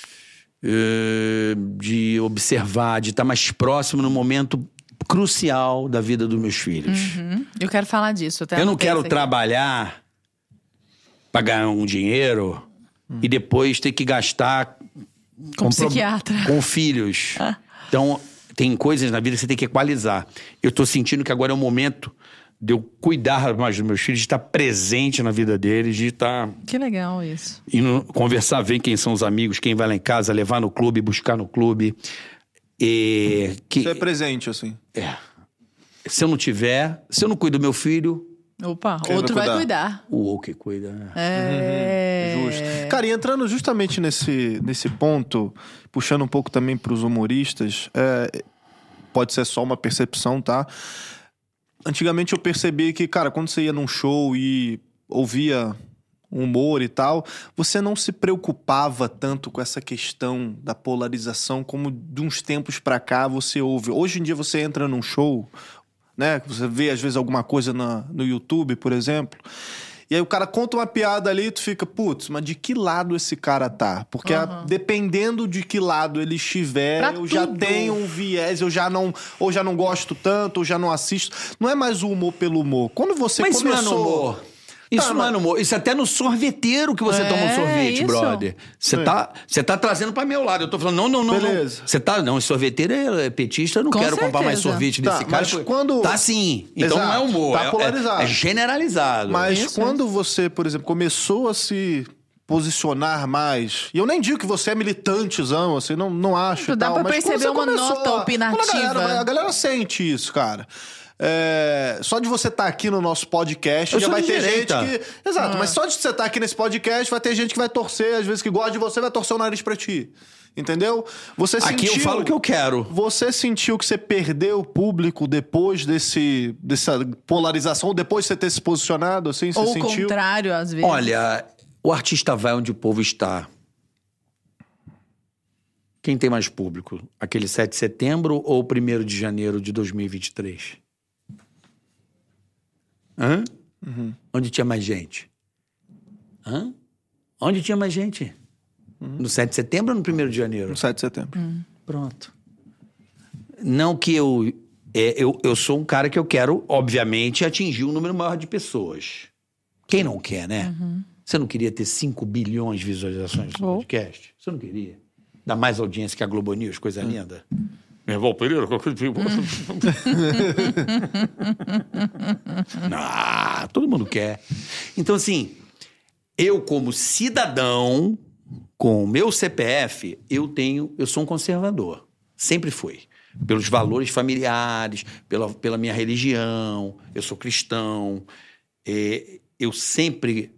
de observar, de estar mais próximo no momento crucial da vida dos meus filhos. Eu quero falar disso. Eu não quero trabalhar pra ganhar um dinheiro e depois ter que gastar Com psiquiatra. com filhos. Então, tem coisas na vida que você tem que equalizar. Eu tô sentindo que agora é o momento de eu cuidar mais dos meus filhos, de estar presente na vida deles, de estar Que legal isso. indo conversar, ver quem são os amigos, quem vai lá em casa, levar no clube, buscar no clube. Você é presente, assim. Se eu não cuido do meu filho, Opa, Quem outro vai vai cuidar? cuidar. o outro que cuida. Né? Justo. Cara, e entrando justamente nesse ponto, puxando um pouco também pros humoristas, pode ser só uma percepção, tá? Antigamente eu percebi que, cara, quando você ia num show e ouvia humor e tal, você não se preocupava tanto com essa questão da polarização como de uns tempos pra cá você ouve. Hoje em dia você entra num show, né? Você vê às vezes alguma coisa no YouTube, por exemplo, e aí o cara conta uma piada ali e tu fica, putz, mas de que lado esse cara tá? Porque dependendo de que lado ele estiver, Pra eu já tudo. tenho um viés, ou já não gosto tanto, ou já não assisto. Não é mais o humor pelo humor. Quando você Mas isso não é no começou... humor. Isso não é no humor. Isso é até no sorveteiro que você toma um sorvete, isso. brother. Você tá trazendo pra meu lado. Eu tô falando, não. Beleza. Você tá... Não, esse sorveteiro é petista, eu não Com quero comprar mais certeza. sorvete Tá, desse cara. mas quando- Tá sim. Então não é Exato, humor. tá polarizado. É generalizado. Mas Isso, quando você, por exemplo, começou a se posicionar mais... E eu nem digo que você é militantezão, assim, não acho e Dá tal, pra mas perceber quando você uma começou nota opinativa. quando a galera sente isso, cara. Só de você estar aqui no nosso podcast, Eu já sou vai de ter direita. gente que... Exato, mas só de você estar aqui nesse podcast, vai ter gente que vai torcer, às vezes que gosta de você, vai torcer o nariz pra ti. Entendeu? Você Aqui eu falo o que eu quero. Você sentiu que você perdeu o público depois dessa polarização, ou depois de você ter se posicionado, assim, você Ou o sentiu? contrário, às vezes. Olha, o artista vai onde o povo está. Quem tem mais público? Aquele 7 de setembro ou o 1º de janeiro de 2023? Hã? Onde tinha mais gente? Hã? Onde tinha mais gente? No 7 de setembro ou no 1º de janeiro? No 7 de setembro. Pronto. Não que eu sou um cara que eu quero, obviamente, atingir um número maior de pessoas. Quem não quer, né? Você não queria ter 5 bilhões de visualizações no podcast? Você não queria? Dar mais audiência que a Globo News, coisa linda. Merval Pereira, qualquer tipo. Todo mundo quer. Então, assim, eu como cidadão, com o meu CPF, eu sou um conservador. Sempre fui. Pelos valores familiares, pela minha religião, eu sou cristão. Eu sempre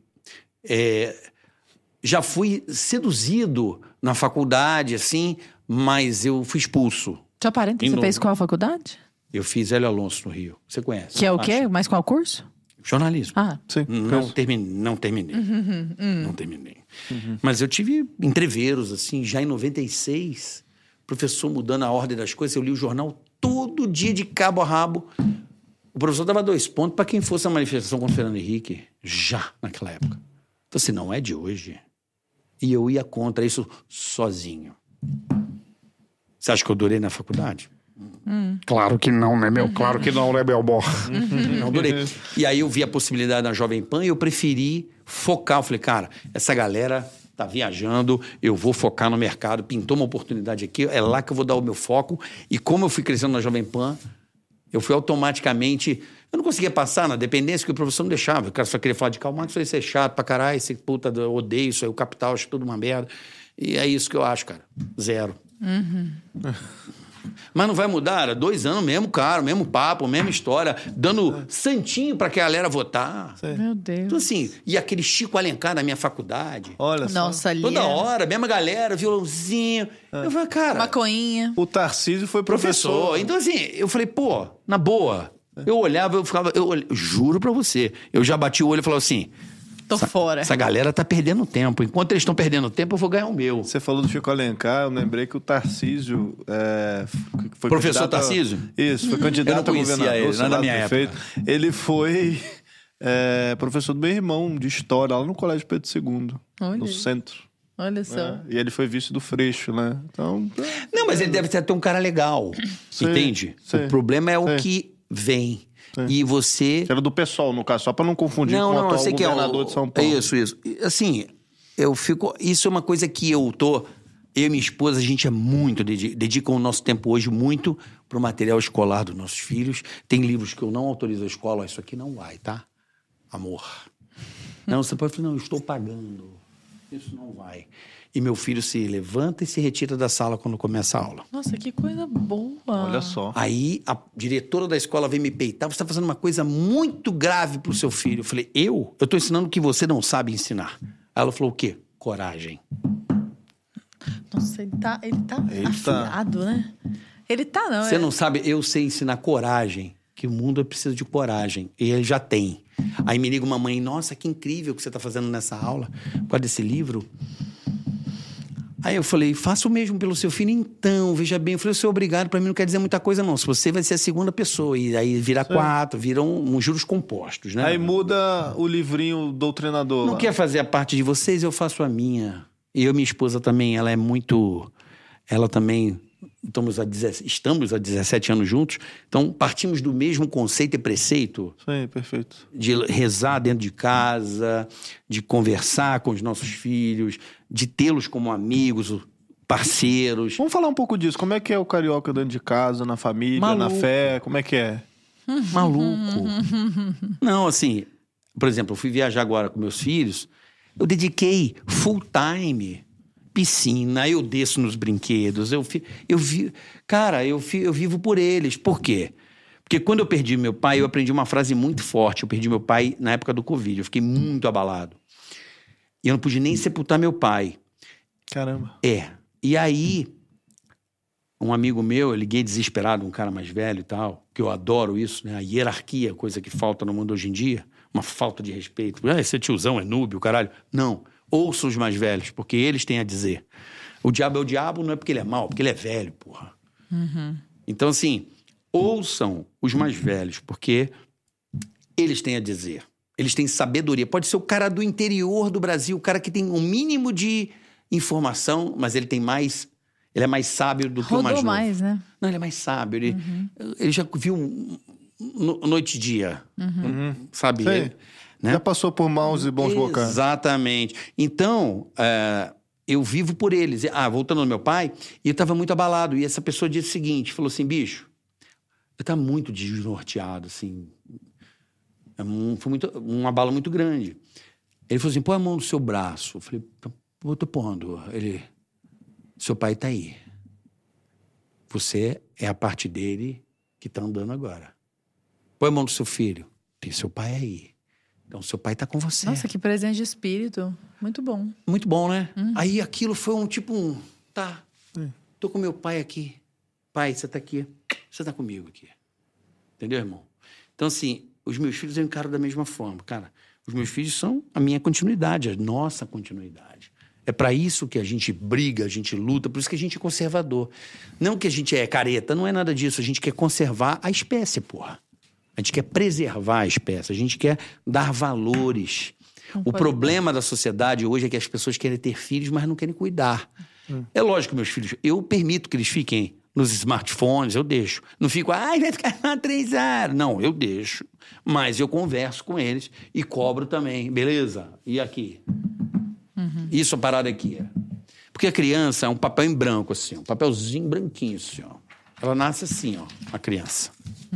já fui seduzido na faculdade, assim, mas eu fui expulso. Só parênteses, você fez qual faculdade? Eu fiz Hélio Alonso no Rio. Você conhece? Que é o quê? Mas qual curso? Jornalismo. Ah, Sim. Não terminei. Não terminei. Mas eu tive entreveros, assim, já em 96, professor mudando a ordem das coisas, eu li o jornal todo dia de cabo a rabo. O professor dava 2 pontos para quem fosse a manifestação contra o Fernando Henrique, já naquela época. Então, assim, não é de hoje. E eu ia contra isso sozinho. Você acha que eu durei na faculdade? Claro que não, né, meu? Claro que não, né, Belmor? Não durei. E aí eu vi a possibilidade na Jovem Pan e eu preferi focar. Eu falei, cara, essa galera tá viajando, eu vou focar no mercado, pintou uma oportunidade aqui, é lá que eu vou dar o meu foco. E como eu fui crescendo na Jovem Pan, eu fui automaticamente... Eu não conseguia passar na dependência, porque o professor não deixava. O cara só queria falar de Karl Marx, eu falei, isso é chato pra caralho, esse puta, eu odeio isso aí, o Capital, acho tudo uma merda. E é isso que eu acho, cara. 0. Mas não vai mudar, era 2 anos, mesmo cara, mesmo papo, mesma história, dando santinho pra que a galera votar. meu Deus. Então, assim, e aquele Chico Alencar na minha faculdade. Olha só. Nossa, ali. Toda hora, mesma galera, violãozinho. Eu falei, cara, Maconhinha. O Tarcísio foi professor. professor. Então, assim, eu falei, pô, na boa. Eu olhava, eu juro pra você. Eu já bati o olho e falava assim, Tô fora. essa galera tá perdendo tempo. Enquanto eles estão perdendo tempo, eu vou ganhar o meu. Você falou do Chico Alencar, eu lembrei que o Tarcísio foi Professor candidato Tarcísio? Isso, foi candidato Eu não a conhecia governador, ele, sei não é da lá, minha prefeito. Ele foi professor do meu irmão de história lá no Colégio Pedro II, Olha no aí. centro. Olha só. Né? E ele foi vice do Freixo, né? Então, Não, mas ele deve ser até um cara legal. Sim, Entende? sim, O problema é o sim. que vem. E você... era do PSOL, no caso, só pra não confundir com o eu atual sei que governador de São Paulo. Isso. E, assim, eu fico... Isso é uma coisa que eu e minha esposa, a gente é muito... Dedica o nosso tempo hoje muito pro material escolar dos nossos filhos. Tem livros que eu não autorizo a escola. Isso aqui não vai, tá? Amor. Não, você pode falar, não, eu estou pagando. Isso não vai. E meu filho se levanta e se retira da sala quando começa a aula. Nossa, que coisa boa. Olha só. Aí a diretora da escola veio me peitar. Você está fazendo uma coisa muito grave pro seu filho. Eu falei, eu tô ensinando o que você não sabe ensinar. Aí ela falou o quê? Coragem. Nossa, ele tá afiado, né? Ele tá, não. Você não sabe, eu sei ensinar coragem. Que o mundo precisa de coragem. E ele já tem. Aí me liga uma mãe, nossa, que incrível o que você está fazendo nessa aula. Por causa desse livro. Aí eu falei, faça o mesmo pelo seu filho, então, veja bem. Eu falei, seu obrigado, pra mim não quer dizer muita coisa, não. Se você vai ser a segunda pessoa, e aí vira 4, viram uns juros compostos, né? Aí muda o livrinho doutrinador. Não lá. quer fazer a parte de vocês, eu faço a minha. E eu, minha esposa também, ela é muito... Ela também estamos há 17 anos juntos, então partimos do mesmo conceito e preceito Sim, perfeito. de rezar dentro de casa, de conversar com os nossos filhos, de tê-los como amigos, parceiros. Vamos falar um pouco disso. Como é que é o carioca dentro de casa, na família, na Maluco. fé? Como é que é? Maluco. Não, assim, por exemplo, eu fui viajar agora com meus filhos, eu dediquei full time, piscina, eu desço nos brinquedos, eu vivo por eles. Por quê? Porque quando eu perdi meu pai, eu aprendi uma frase muito forte. Eu perdi meu pai na época do Covid, eu fiquei muito abalado. E eu não pude nem sepultar meu pai. Caramba. E aí, um amigo meu, eu liguei desesperado, um cara mais velho e tal, que eu adoro isso, né? A hierarquia, coisa que falta no mundo hoje em dia, uma falta de respeito. Esse é tiozão, é núbio, caralho. Não, ouça os mais velhos, porque eles têm a dizer. O diabo é o diabo, não é porque ele é mau, porque ele é velho, porra. Então, assim, ouçam os mais velhos, porque eles têm a dizer. Eles têm sabedoria. Pode ser o cara do interior do Brasil, o cara que tem um mínimo de informação, mas ele tem mais... Ele é mais sábio do que o mais novo. mais, né? Não, ele é mais sábio. Ele já viu noite e dia. Sabe? Sei. Ele, né? Já passou por maus e bons bocados. Exatamente. Então, eu vivo por eles. Voltando ao meu pai, eu estava muito abalado. E essa pessoa disse o seguinte, falou assim, bicho, eu estava muito desnorteado, assim. Foi um abalo muito grande. Ele falou assim, põe a mão no seu braço. Eu falei, eu tô pondo. Ele... Seu pai tá aí. Você é a parte dele que tá andando agora. Põe a mão do seu filho. Tem seu pai aí. Então, seu pai tá com você. Nossa, que presente de espírito. Muito bom. Muito bom, né? Aí aquilo foi tá, tô com meu pai aqui. Pai, você tá aqui. Você tá comigo aqui. Entendeu, irmão? Então, assim, os meus filhos eu encaro da mesma forma. Cara, os meus filhos são a minha continuidade, a nossa continuidade. É para isso que a gente briga, a gente luta, por isso que a gente é conservador. Não que a gente é careta, não é nada disso. A gente quer conservar a espécie, porra. A gente quer preservar a espécie, a gente quer dar valores. O problema da sociedade hoje é que as pessoas querem ter filhos, mas não querem cuidar. É lógico que meus filhos... Eu permito que eles fiquem nos smartphones, eu deixo. Não fico, vai ficar lá 3 anos. Não, eu deixo. Mas eu converso com eles e cobro também. Beleza? E aqui? Isso, a parada aqui. Porque a criança é um papel em branco, assim. Um papelzinho branquinho, assim, ó. Ela nasce assim, ó, a criança.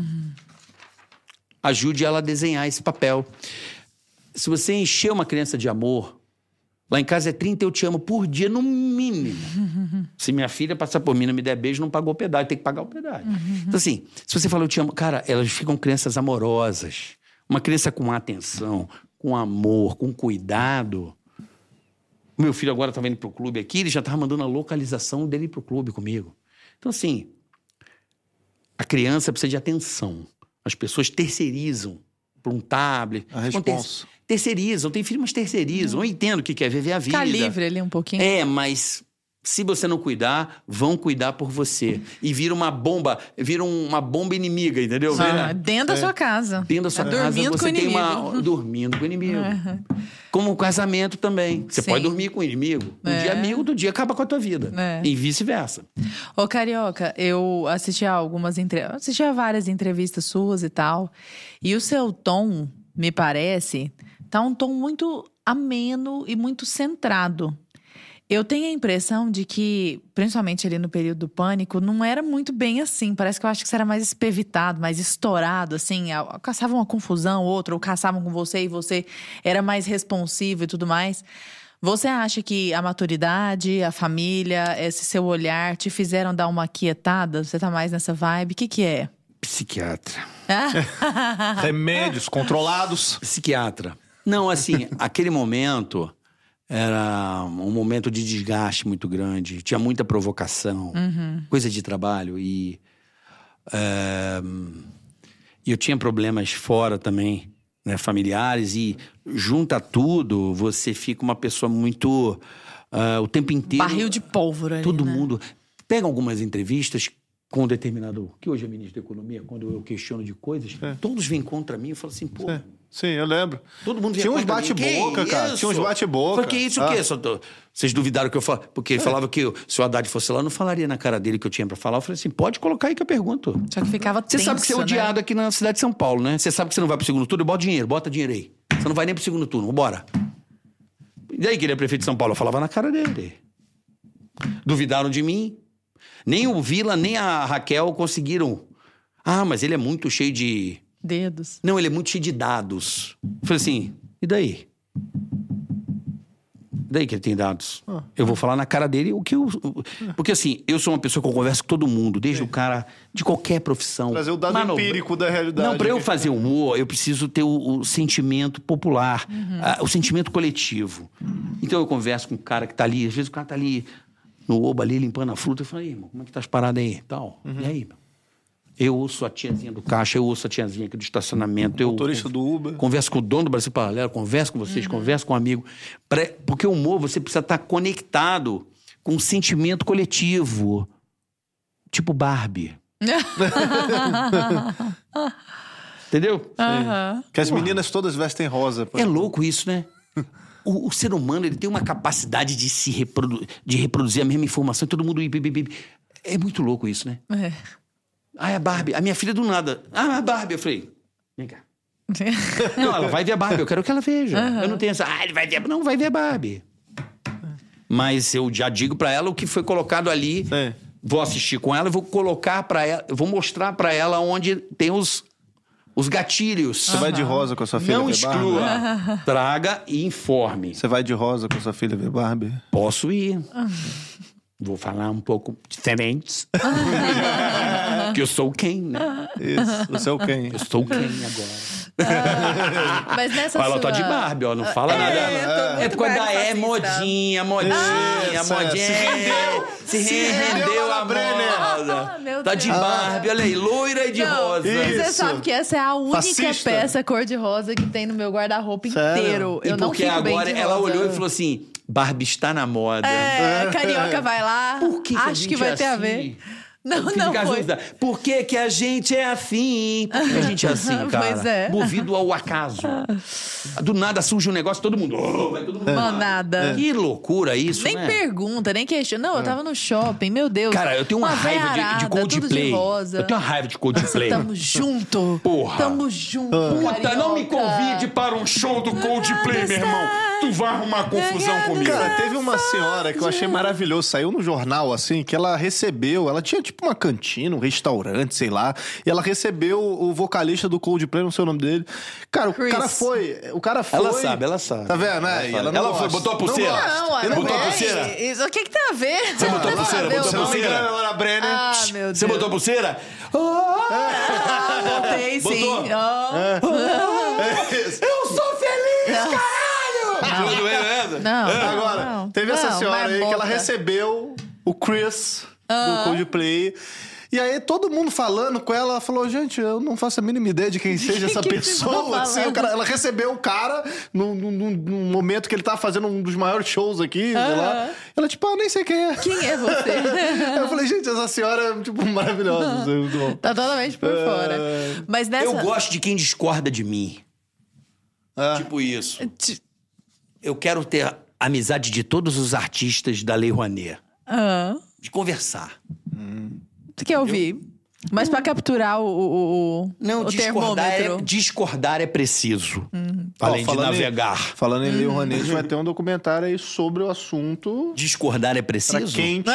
Ajude ela a desenhar esse papel. Se você encher uma criança de amor, lá em casa é 30 eu te amo por dia, no mínimo. Se minha filha passar por mim e não me der beijo, não pagou o pedágio, tem que pagar o pedágio. Então, assim, se você fala eu te amo, cara, elas ficam crianças amorosas. Uma criança com atenção, com amor, com cuidado. O meu filho agora estava indo pro clube aqui, ele já estava mandando a localização dele ir pro clube comigo. Então, assim, a criança precisa de atenção. As pessoas terceirizam por um tablet. A responsa. Terceirizam. Tem filho, mas terceirizam. Eu entendo o que quer viver a vida. Ficar livre ali um pouquinho. Mas se você não cuidar, vão cuidar por você. E vira uma bomba inimiga, entendeu? Dentro da sua casa. Dentro da sua casa, dormindo você com o tem inimigo. dormindo com o inimigo. Como o casamento também. Você Sim. pode dormir com o inimigo. Um dia amigo, outro dia acaba com a tua vida. E vice-versa. Ô, Carioca, eu assisti a várias entrevistas suas e tal. E o seu tom, me parece, tá um tom muito ameno e muito centrado. Eu tenho a impressão de que, principalmente ali no período do pânico, não era muito bem assim. Parece que eu acho que você era mais espevitado, mais estourado, assim. Caçavam uma confusão, outra, ou caçavam com você e você era mais responsivo e tudo mais. Você acha que a maturidade, a família, esse seu olhar te fizeram dar uma quietada? Você tá mais nessa vibe? O que é? Psiquiatra. Remédios controlados. Psiquiatra. Não, assim, aquele momento... Era um momento de desgaste muito grande. Tinha muita provocação. Coisa de trabalho. E eu tinha problemas fora também, né, familiares. E junta tudo, você fica uma pessoa muito... o tempo inteiro... Barril de pólvora ali, todo né? mundo... Pega algumas entrevistas com um determinado... Que hoje é ministro da Economia, quando eu questiono de coisas, todos vêm contra mim. Eu falo assim, pô... Sim, eu lembro. Todo mundo Tinha uns contra mim. bate-boca, Que cara. isso? Tinha uns bate-boca. Falei, que isso, o quê? Vocês duvidaram que eu falo? Porque ele falava que se o Haddad fosse lá, eu não falaria na cara dele que eu tinha pra falar. Eu falei assim, pode colocar aí que eu pergunto. Só que ficava Você tenso, sabe que você é odiado aqui na cidade de São Paulo, né? Você sabe que você não vai pro segundo turno, bota dinheiro aí. Você não vai nem pro segundo turno, bora. E aí que ele é prefeito de São Paulo? Eu falava na cara dele. Duvidaram de mim. Nem o Vila, nem a Raquel conseguiram. Ah, mas ele é muito cheio de... Dedos. Não, ele é muito cheio de dados. Eu falei assim, e daí? E daí que ele tem dados? Eu vou falar na cara dele o que eu... Porque assim, eu sou uma pessoa que eu converso com todo mundo, desde o cara de qualquer profissão. Trazer o dado empírico da realidade. Não, pra eu fazer humor, eu preciso ter o sentimento popular, o sentimento coletivo. Então eu converso com um cara que tá ali, às vezes o cara tá ali no oba ali, limpando a fruta, eu falo, irmão, como é que tá as paradas aí? Tal. E aí, meu? Eu ouço a tiazinha do caixa, eu ouço a tiazinha aqui do estacionamento. Eu motorista do Uber. Converso com o dono do Brasil Paralelo, converso com vocês, converso com um amigo. Porque o humor, você precisa estar conectado com um sentimento coletivo. Tipo Barbie. Entendeu? Que as meninas todas vestem rosa. É louco isso, né? O ser humano, ele tem uma capacidade de de reproduzir a mesma informação e todo mundo... É muito louco isso, né? Ah, é a Barbie. A minha filha do nada. Ah, a Barbie. Eu falei, vem cá. Não, ela vai ver a Barbie. Eu quero que ela veja. Eu não tenho essa... Ah, ele vai ver... Não, vai ver a Barbie. Mas eu já digo pra ela o que foi colocado ali. Sim. Vou assistir com ela e vou colocar pra ela... Eu vou mostrar pra ela onde tem os gatilhos. Você vai de rosa com a sua filha Não ver exclua. Barbie? Traga e informe. Você vai de rosa com a sua filha ver Barbie? Posso ir. Vou falar um pouco diferente. Que eu sou quem, né? Isso. Você é o quem? Eu sou quem agora? Mas nessa Ela sua... tá de Barbie, ó. Não fala nada. É porque da fascista. modinha. Se Se rendeu a moda. Meu Tá Deus. de Barbie, olha aí. Loira e de Não, rosa. Você Isso. sabe que essa é a única Fascista. peça cor-de-rosa que tem no meu guarda-roupa Sério? inteiro. E Eu não porque fico bem agora de ela rosa. olhou e falou assim... Barbie está na moda. Carioca vai lá. Por que a Acho gente que vai é ter a assim? ver. Não, Fica não foi. junto. Por que a gente é assim? Por que a gente é assim, cara? Pois é. Movido ao acaso. Do nada surge um negócio, todo mundo... vai todo mundo... Manada. Que loucura isso, Nem né? pergunta, nem questiona. Não, eu tava no shopping, meu Deus. Cara, eu tenho uma raiva de veiarada, Coldplay. tudo de rosa. Eu tenho uma raiva de Coldplay. Tamo junto. Porra. Tamo junto, Puta, não me carioca. convide para um show do Coldplay, meu irmão. Tu vai arrumar confusão comigo. Cara, teve uma senhora que eu achei maravilhoso, saiu no jornal, assim, que ela recebeu, ela tinha tipo uma cantina, um restaurante, sei lá, e ela recebeu o vocalista do Coldplay, não sei o nome dele. Cara, o Chris. cara foi... Ela sabe. Tá vendo, né? E ela não Ela foi, gosta. botou a pulseira? Não gosta. Não, Ele não botou a gosta. pulseira? Isso, o que tem a ver? Você botou a pulseira? Meu Botou a Se eu não me pulseira? engano, ela era Brenner. Ah, meu Deus. Você botou a pulseira? Botei, sim. Botou? Eu sou feliz, caralho! Não, Agora, não. teve essa Não, senhora mas aí que ela bota. recebeu o Chris do Coldplay. E aí, todo mundo falando com ela, ela falou, gente, eu não faço a mínima ideia de quem seja essa que vocês estão pessoa. Assim, falando? ela recebeu o cara num momento que ele tava fazendo um dos maiores shows aqui, sei lá. Ela, tipo, nem sei quem é. Quem é você? Aí eu falei, gente, essa senhora é, tipo, maravilhosa. Muito bom. Tá totalmente por fora. Mas nessa... Eu gosto de quem discorda de mim. Tipo isso. Eu quero ter amizade de todos os artistas da Lei Rouanet. De conversar. Você quer ouvir? Mas pra capturar o termômetro. Discordar é preciso. Além de navegar. Falando em Lei Rouanet, a gente vai ter um documentário aí sobre o assunto. Discordar é Pra preciso? quente.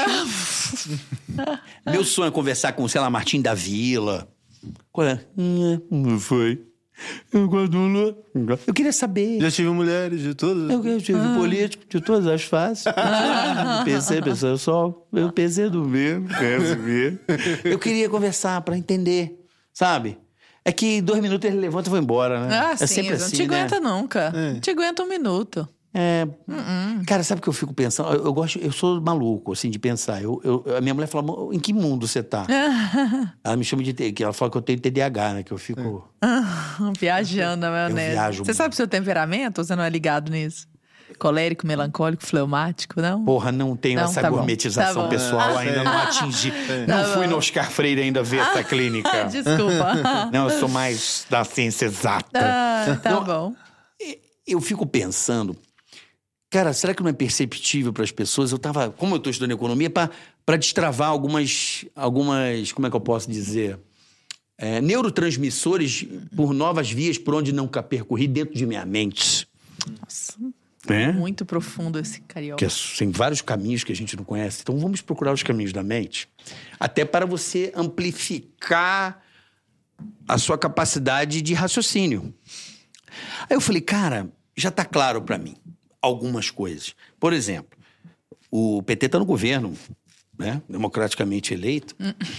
Meu sonho é conversar com, sei lá, Martim da Vila. Qual é? Não foi. Eu gosto do Lula. Eu queria saber. Já tive mulheres de todas. Eu tive político de todas as faces. PC, pessoal. Eu PC do mesmo. PSB. Eu queria conversar pra entender, sabe? É que 2 minutos ele levanta e vai embora, né? Ah, é sim, sempre não assim, te né? aguenta nunca. Não te aguenta 1 minuto. Cara, sabe o que eu fico pensando? Eu sou maluco, assim, de pensar. A minha mulher fala, em que mundo você tá? Ela me chama que ela fala que eu tenho TDAH, né? Que eu fico... Viajando na maionese. viajo Você muito. sabe o seu temperamento ou você não é ligado nisso? Colérico, melancólico, fleumático, não? Porra, não tenho Não, essa tá bom. gourmetização Tá bom. pessoal, ainda não atingi. Não fui no Oscar Freire ainda ver essa clínica. Desculpa. Não, eu sou mais da ciência exata. Tá Não, bom. Eu fico pensando, cara, será que não é perceptível para as pessoas? Como eu estou estudando economia, para destravar algumas, como é que eu posso dizer? Neurotransmissores por novas vias por onde não percorri dentro de minha mente. Nossa, Né? muito profundo esse carioca. Tem vários caminhos que a gente não conhece. Então vamos procurar os caminhos da mente. Até para você amplificar a sua capacidade de raciocínio. Aí eu falei, cara, já está claro para mim algumas coisas. Por exemplo, o PT está no governo, né? Democraticamente eleito.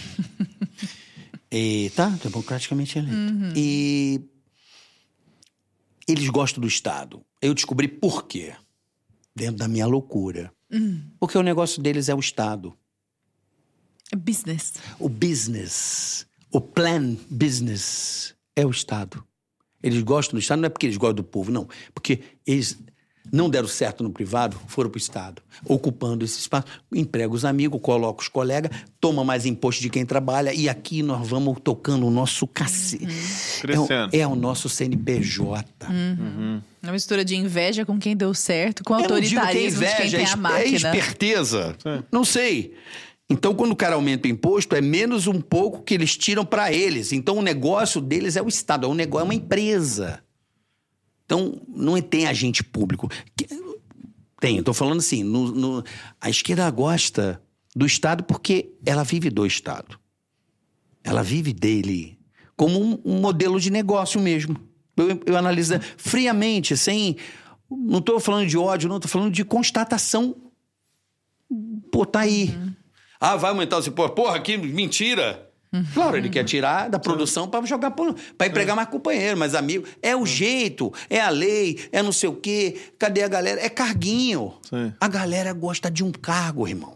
Democraticamente eleito. E eles gostam do Estado. Eu descobri por quê. Dentro da minha loucura. Porque o negócio deles é o Estado. Business. O business, o plan business é o Estado. Eles gostam do Estado, não é porque eles gostam do povo, não. Porque eles não deram certo no privado, foram para o Estado, ocupando esse espaço, emprega os amigos, coloca os colegas, toma mais imposto de quem trabalha e aqui nós vamos tocando o nosso cacete. Crescendo. É o nosso CNPJ. Uma mistura de inveja com quem deu certo, com Eu não digo que é autoritarismo de quem inveja, tem a é máquina. esperteza. Não sei. Então, quando o cara aumenta o imposto, é menos um pouco que eles tiram para eles. Então, o negócio deles é o Estado, é uma empresa. Então, não tem agente público. Tem, eu tô falando assim, a esquerda gosta do Estado porque ela vive do Estado. Ela vive dele como um modelo de negócio mesmo. Eu analiso friamente, sem... Não estou falando de ódio, não, estou falando de constatação. Pô, tá aí. Ah, vai aumentar o imposto. Porra, que mentira! Claro, ele quer tirar da produção para jogar para empregar mais companheiro, mais amigo. É o jeito, é a lei, é não sei o quê. Cadê a galera? É carguinho. Sim. A galera gosta de um cargo, irmão.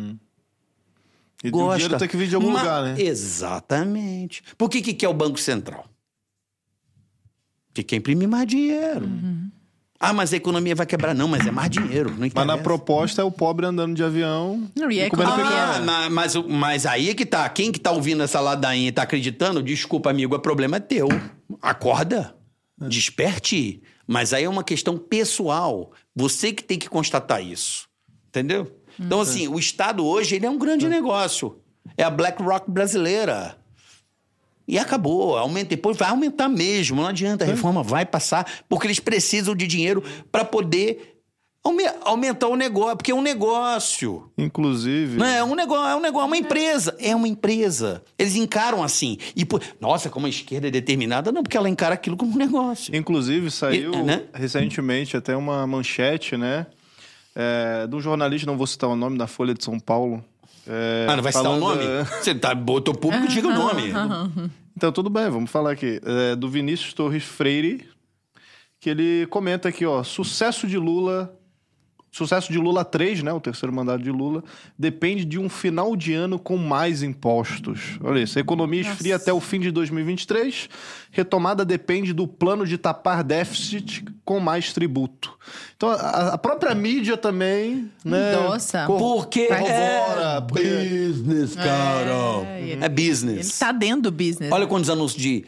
E o dinheiro tem que vir de algum lugar, né? Exatamente. Por que é o Banco Central? Porque quer imprimir mais dinheiro. Ah, mas a economia vai quebrar. Não, mas é mais dinheiro. Não Mas interessa. na proposta é o pobre andando de avião Não, e a comendo economia- picanha. Mas aí é que tá. Quem que tá ouvindo essa ladainha e tá acreditando, desculpa, amigo, o problema é teu. Acorda. Desperte. Mas aí é uma questão pessoal. Você que tem que constatar isso. Entendeu? Então, assim, o Estado hoje, ele é um grande negócio. É a BlackRock brasileira. E acabou. Aumenta depois, vai aumentar mesmo. Não adianta, a reforma vai passar, porque eles precisam de dinheiro para poder aumentar o negócio. Porque é um negócio. Inclusive... Não é um negócio, é uma empresa. É uma empresa. Eles encaram assim. E, nossa, como a esquerda é determinada. Não, porque ela encara aquilo como um negócio. Inclusive, saiu Né? recentemente até uma manchete, né? De um jornalista, não vou citar o nome, da Folha de São Paulo. Não vai citar o nome? Você botou público, diga o nome. Então, tudo bem, vamos falar aqui. Do Vinícius Torres Freire, que ele comenta aqui, ó, sucesso de Lula 3, né, o terceiro mandato de Lula, depende de um final de ano com mais impostos. Olha isso, a economia esfria até o fim de 2023, retomada depende do plano de tapar déficit com mais tributo. Então, a própria mídia também, né, Nossa. Porque corrobora, business, cara. ele- É business. Ele tá dentro do business. Olha quantos anúncios de...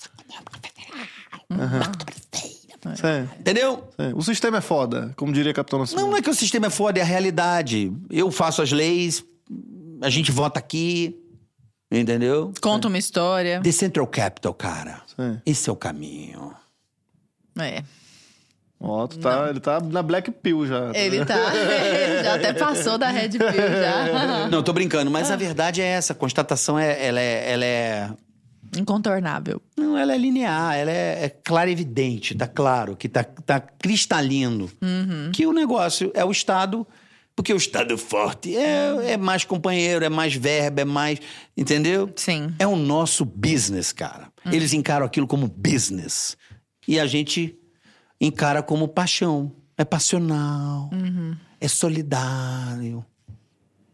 Entendeu? O sistema é foda, como diria Capitão Nascimento. Não é que o sistema é foda, é a realidade. Eu faço as leis, a gente vota aqui, entendeu? Conta uma história. The Central Capital, cara. Sim. Esse é o caminho. É. Ó, ele tá na Black Pill já. Ele já até passou da Red Pill já. Não, tô brincando, mas a verdade é essa. A constatação ela é... Incontornável. Não, ela é linear, ela é clarividente, tá claro, que tá cristalino. Que o negócio é o Estado, porque o Estado forte é mais companheiro, é mais verba, é mais... Entendeu? Sim. É o nosso business, cara. Eles encaram aquilo como business. E a gente encara como paixão. É passional, é solidário.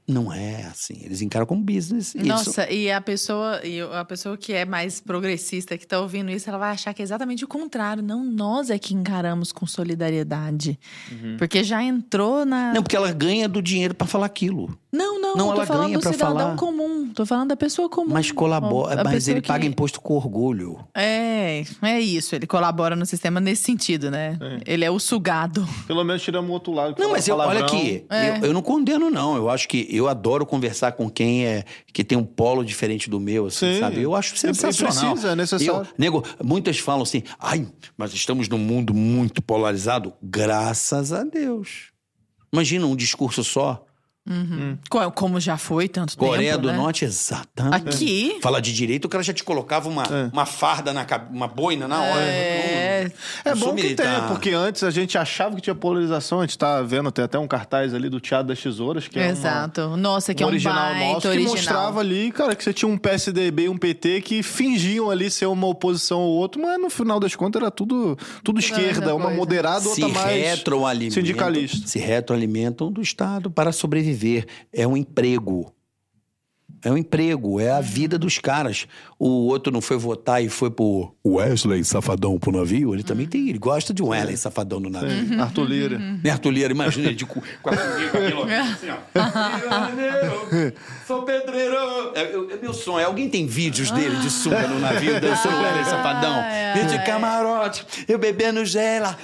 Não é assim. Eles encaram como business. Nossa, e a pessoa que é mais progressista, que tá ouvindo isso, ela vai achar que é exatamente o contrário. Não, nós é que encaramos com solidariedade. Porque já entrou na... Não, porque ela ganha do dinheiro pra falar aquilo. Não, Não, tô ela falando ganha do pra cidadão falar. comum. Tô falando da pessoa comum. Mas colabora. A Mas pessoa ele que- paga imposto com orgulho. É isso. Ele colabora no sistema nesse sentido, né? Ele é o sugado. Pelo menos tiramos o outro lado. que Não, fala mas olha palavrão. aqui, É. eu não condeno, não. Eu acho que eu adoro conversar com quem que tem um polo diferente do meu, assim, Sim. sabe? Eu acho E sensacional. precisa, é necessário. Muitas falam assim, ai, mas estamos num mundo muito polarizado. Graças a Deus. Imagina um discurso só. Como já foi tanto Coreia tempo, do né? Norte, exatamente. Aqui? Fala de direito, o cara já te colocava uma farda, uma boina na hora. É. É bom que tenha, porque antes a gente achava que tinha polarização. A gente tá vendo, tem até um cartaz ali do Teatro das Tesouras, que Exato. Nossa, que é um original baita nosso, que original. mostrava ali, cara, que você tinha um PSDB e um PT que fingiam ali ser uma oposição ao outro, mas no final das contas era tudo esquerda, uma coisa. moderada, outra mais sindicalista. Se retroalimentam do Estado para sobreviver. É um emprego. É um emprego, é a vida dos caras. O outro não foi votar e foi pro Wesley Safadão pro navio. Ele também tem, ele gosta de um Wesley Safadão no navio. Arthur Lira. Arthur Lira, imagina ele com a sunguinha, com aquilo assim, ó. Sou pedreiro. É meu sonho. Alguém tem vídeos dele de sunga no navio dançando Wesley Safadão? De camarote, eu bebendo gela.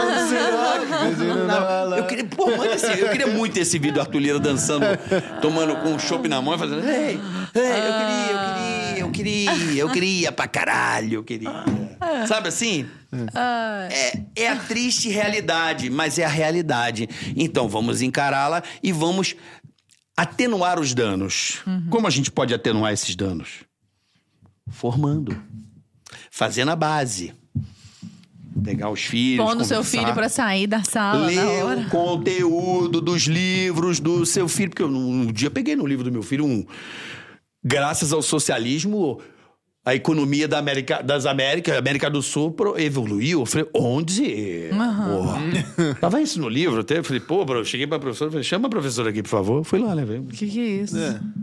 Eu queria, eu queria muito esse vídeo do Arthur Lira dançando, tomando com um chopp na mão e fazendo. Eu queria pra caralho, eu queria. Sabe assim? É a triste realidade, mas é a realidade. Então vamos encará-la e vamos atenuar os danos. Como a gente pode atenuar esses danos? Formando. Fazendo a base. Pegar os filhos, Pondo seu filho pra sair da sala na ler hora. o conteúdo dos livros do seu filho. Porque eu um dia peguei no livro do meu filho graças ao socialismo, a economia América do Sul evoluiu. Eu falei, onde? Porra. Tava isso no livro até. Eu falei, bro, eu cheguei pra professora, falei, chama a professora aqui, por favor. Eu fui lá, né, velho? O que é isso?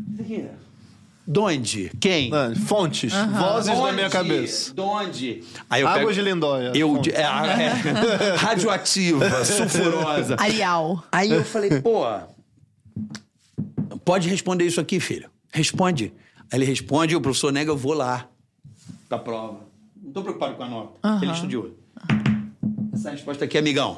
Donde? Quem? Fontes. Vozes na minha cabeça. Donde? Aí eu Água de Lindóia. Radioativa, sulfurosa. Arial. Aí eu falei, pode responder isso aqui, filho? Responde. Aí ele responde, o professor nega, eu vou lá pra prova. Não tô preocupado com a nota. Ele estudou. Essa resposta aqui, amigão.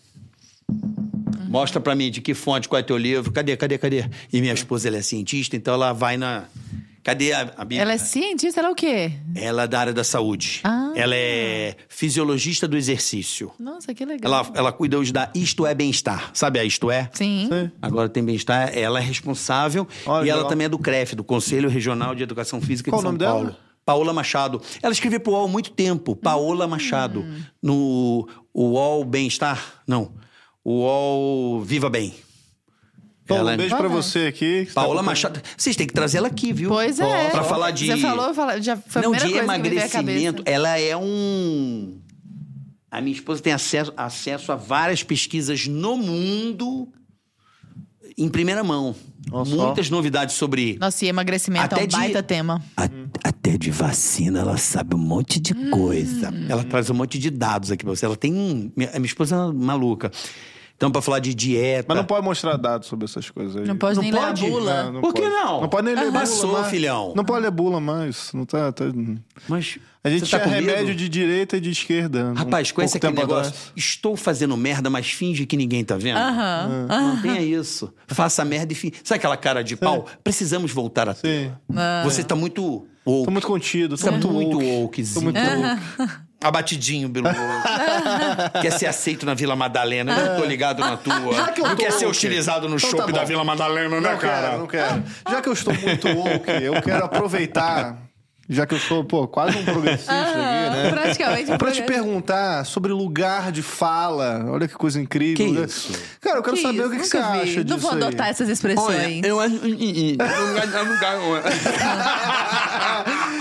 Mostra pra mim de que fonte, qual é teu livro. Cadê? E minha esposa, ela é cientista, então ela vai na... Cadê a Bíblia? Ela é cientista, ela é o quê? Ela é da área da saúde. Ela é fisiologista do exercício. Nossa, que legal. Ela cuida hoje da Isto É Bem-Estar. Sabe a Isto É? Sim. Agora tem Bem-Estar. Ela é responsável. Olha, e ela legal. também é do CREF, do Conselho Regional de Educação Física Qual de o São nome Paulo. dela? Paola Machado. Ela escreveu pro UOL há muito tempo. Paola Machado. No UOL Bem-Estar? Não. O UOL Viva Bem. Paulo, Ela- um beijo pra você aqui. que Paola tá- Machado. Vocês têm que trazer ela aqui, viu? Pois é. Pra falar de... Você falou, já foi a Não, primeira de coisa que me veio à emagrecimento. cabeça. Ela é um... A minha esposa tem acesso a várias pesquisas no mundo em primeira mão. Nossa. Muitas novidades sobre... Nossa, e emagrecimento Até é um de- baita tema. Até de vacina, ela sabe um monte de coisa. Ela traz um monte de dados aqui pra você. Ela tem... A minha esposa é maluca. Então, pra falar de dieta... Mas não pode mostrar dados sobre essas coisas aí. Não pode nem ler a bula. Não Por que pode. não? Não pode nem ler bula Passou, mais. filhão. Não pode ler bula mais. Não tá... Mas A gente você tá tinha com medo? remédio de direita e de esquerda. Rapaz, conhece pouco aquele tempo negócio? atrás. Estou fazendo merda, mas finge que ninguém tá vendo? Não tenha isso. Faça merda e finge. Sabe aquela cara de pau? Precisamos voltar a ter. Sim. Você tá muito woke. Tô muito contido. Você tá muito Tô wokezinho. muito woke. Abatidinho, Bruno. Quer ser aceito na Vila Madalena. Eu não tô ligado na tua. Já que eu Não tô quer ser woke. utilizado no Então shopping tá da bom. Vila Madalena, né, Não cara? quero, não quero. Já que eu estou muito woke, eu quero aproveitar... Já que eu sou, quase um progressista aqui, né? Praticamente um Pra te progressista. perguntar sobre lugar de fala. Olha que coisa incrível. Que né? isso? Cara, eu quero Que saber isso? o que Nunca você vi. acha disso Não vou aí. adotar essas expressões. eu acho...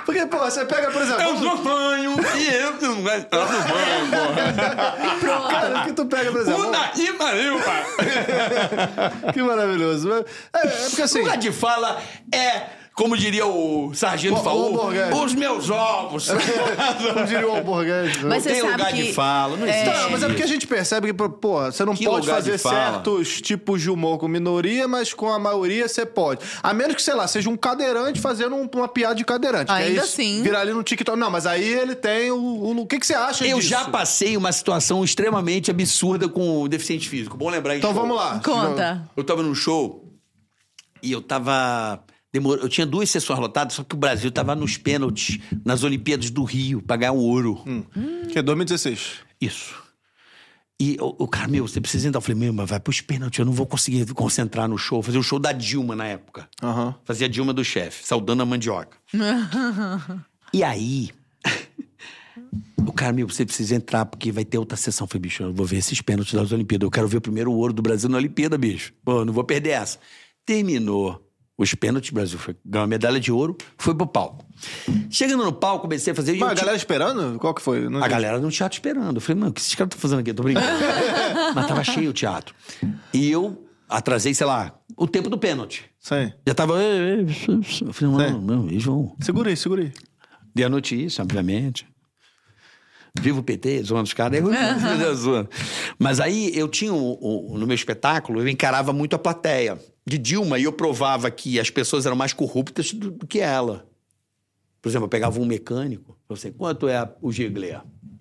Porque, pô, você pega, por exemplo... Eu sou fanho e eu não gosto do fanho, porra. Pronto. Cara, o que tu pega, por exemplo... Puta que pariu, pai. Que maravilhoso. É porque assim... Lugar de fala é... Como diria o Sargento Faú, os meus ovos. Como diria o Alborguete. Mas você Tem sabe lugar que... de fala, não existe. Tá, mas é porque a gente percebe que, pô, você não Que pode lugar de fazer fala? certos tipos de humor com minoria, mas com a maioria você pode. A menos que, sei lá, seja um cadeirante fazendo uma piada de cadeirante. Ainda que aí assim. Virar ali no TikTok. Não, mas aí ele tem o que você acha Eu disso? já passei uma situação extremamente absurda com o deficiente físico. Bom lembrar em Então show. vamos lá. Conta. Eu tava num show e eu tava... Eu tinha 2 sessões lotadas, só que o Brasil tava nos pênaltis nas Olimpíadas do Rio pra ganhar o ouro. Que é 2016. Isso. E o cara, você precisa entrar. Eu falei, mas vai pros pênaltis, eu não vou conseguir concentrar no show. Fazer o show da Dilma na época. Fazia a Dilma do chefe, saudando a mandioca. E aí... O cara, você precisa entrar porque vai ter outra sessão. Eu falei, bicho, eu vou ver esses pênaltis das Olimpíadas. Eu quero ver o primeiro ouro do Brasil na Olimpíada, bicho. Pô, não vou perder essa. Terminou os pênaltis, o Brasil ganhou a medalha de ouro, foi pro palco. Chegando no palco, comecei a fazer... Mas a galera esperando? Qual que foi? A galera no teatro esperando. Eu falei, mano, o que esses caras estão fazendo aqui? Eu tô brincando. Mas tava cheio o teatro. E eu atrasei, sei lá, o tempo do pênalti. Sim. Já tava... Eu falei, não, eles vão... Segura aí. Dei a notícia, obviamente. Viva o PT, zoando os caras. Mas aí eu tinha, no meu espetáculo, eu encarava muito a plateia de Dilma e eu provava que as pessoas eram mais corruptas do que ela. Por exemplo, eu pegava um mecânico, eu sei, quanto é o Gigler?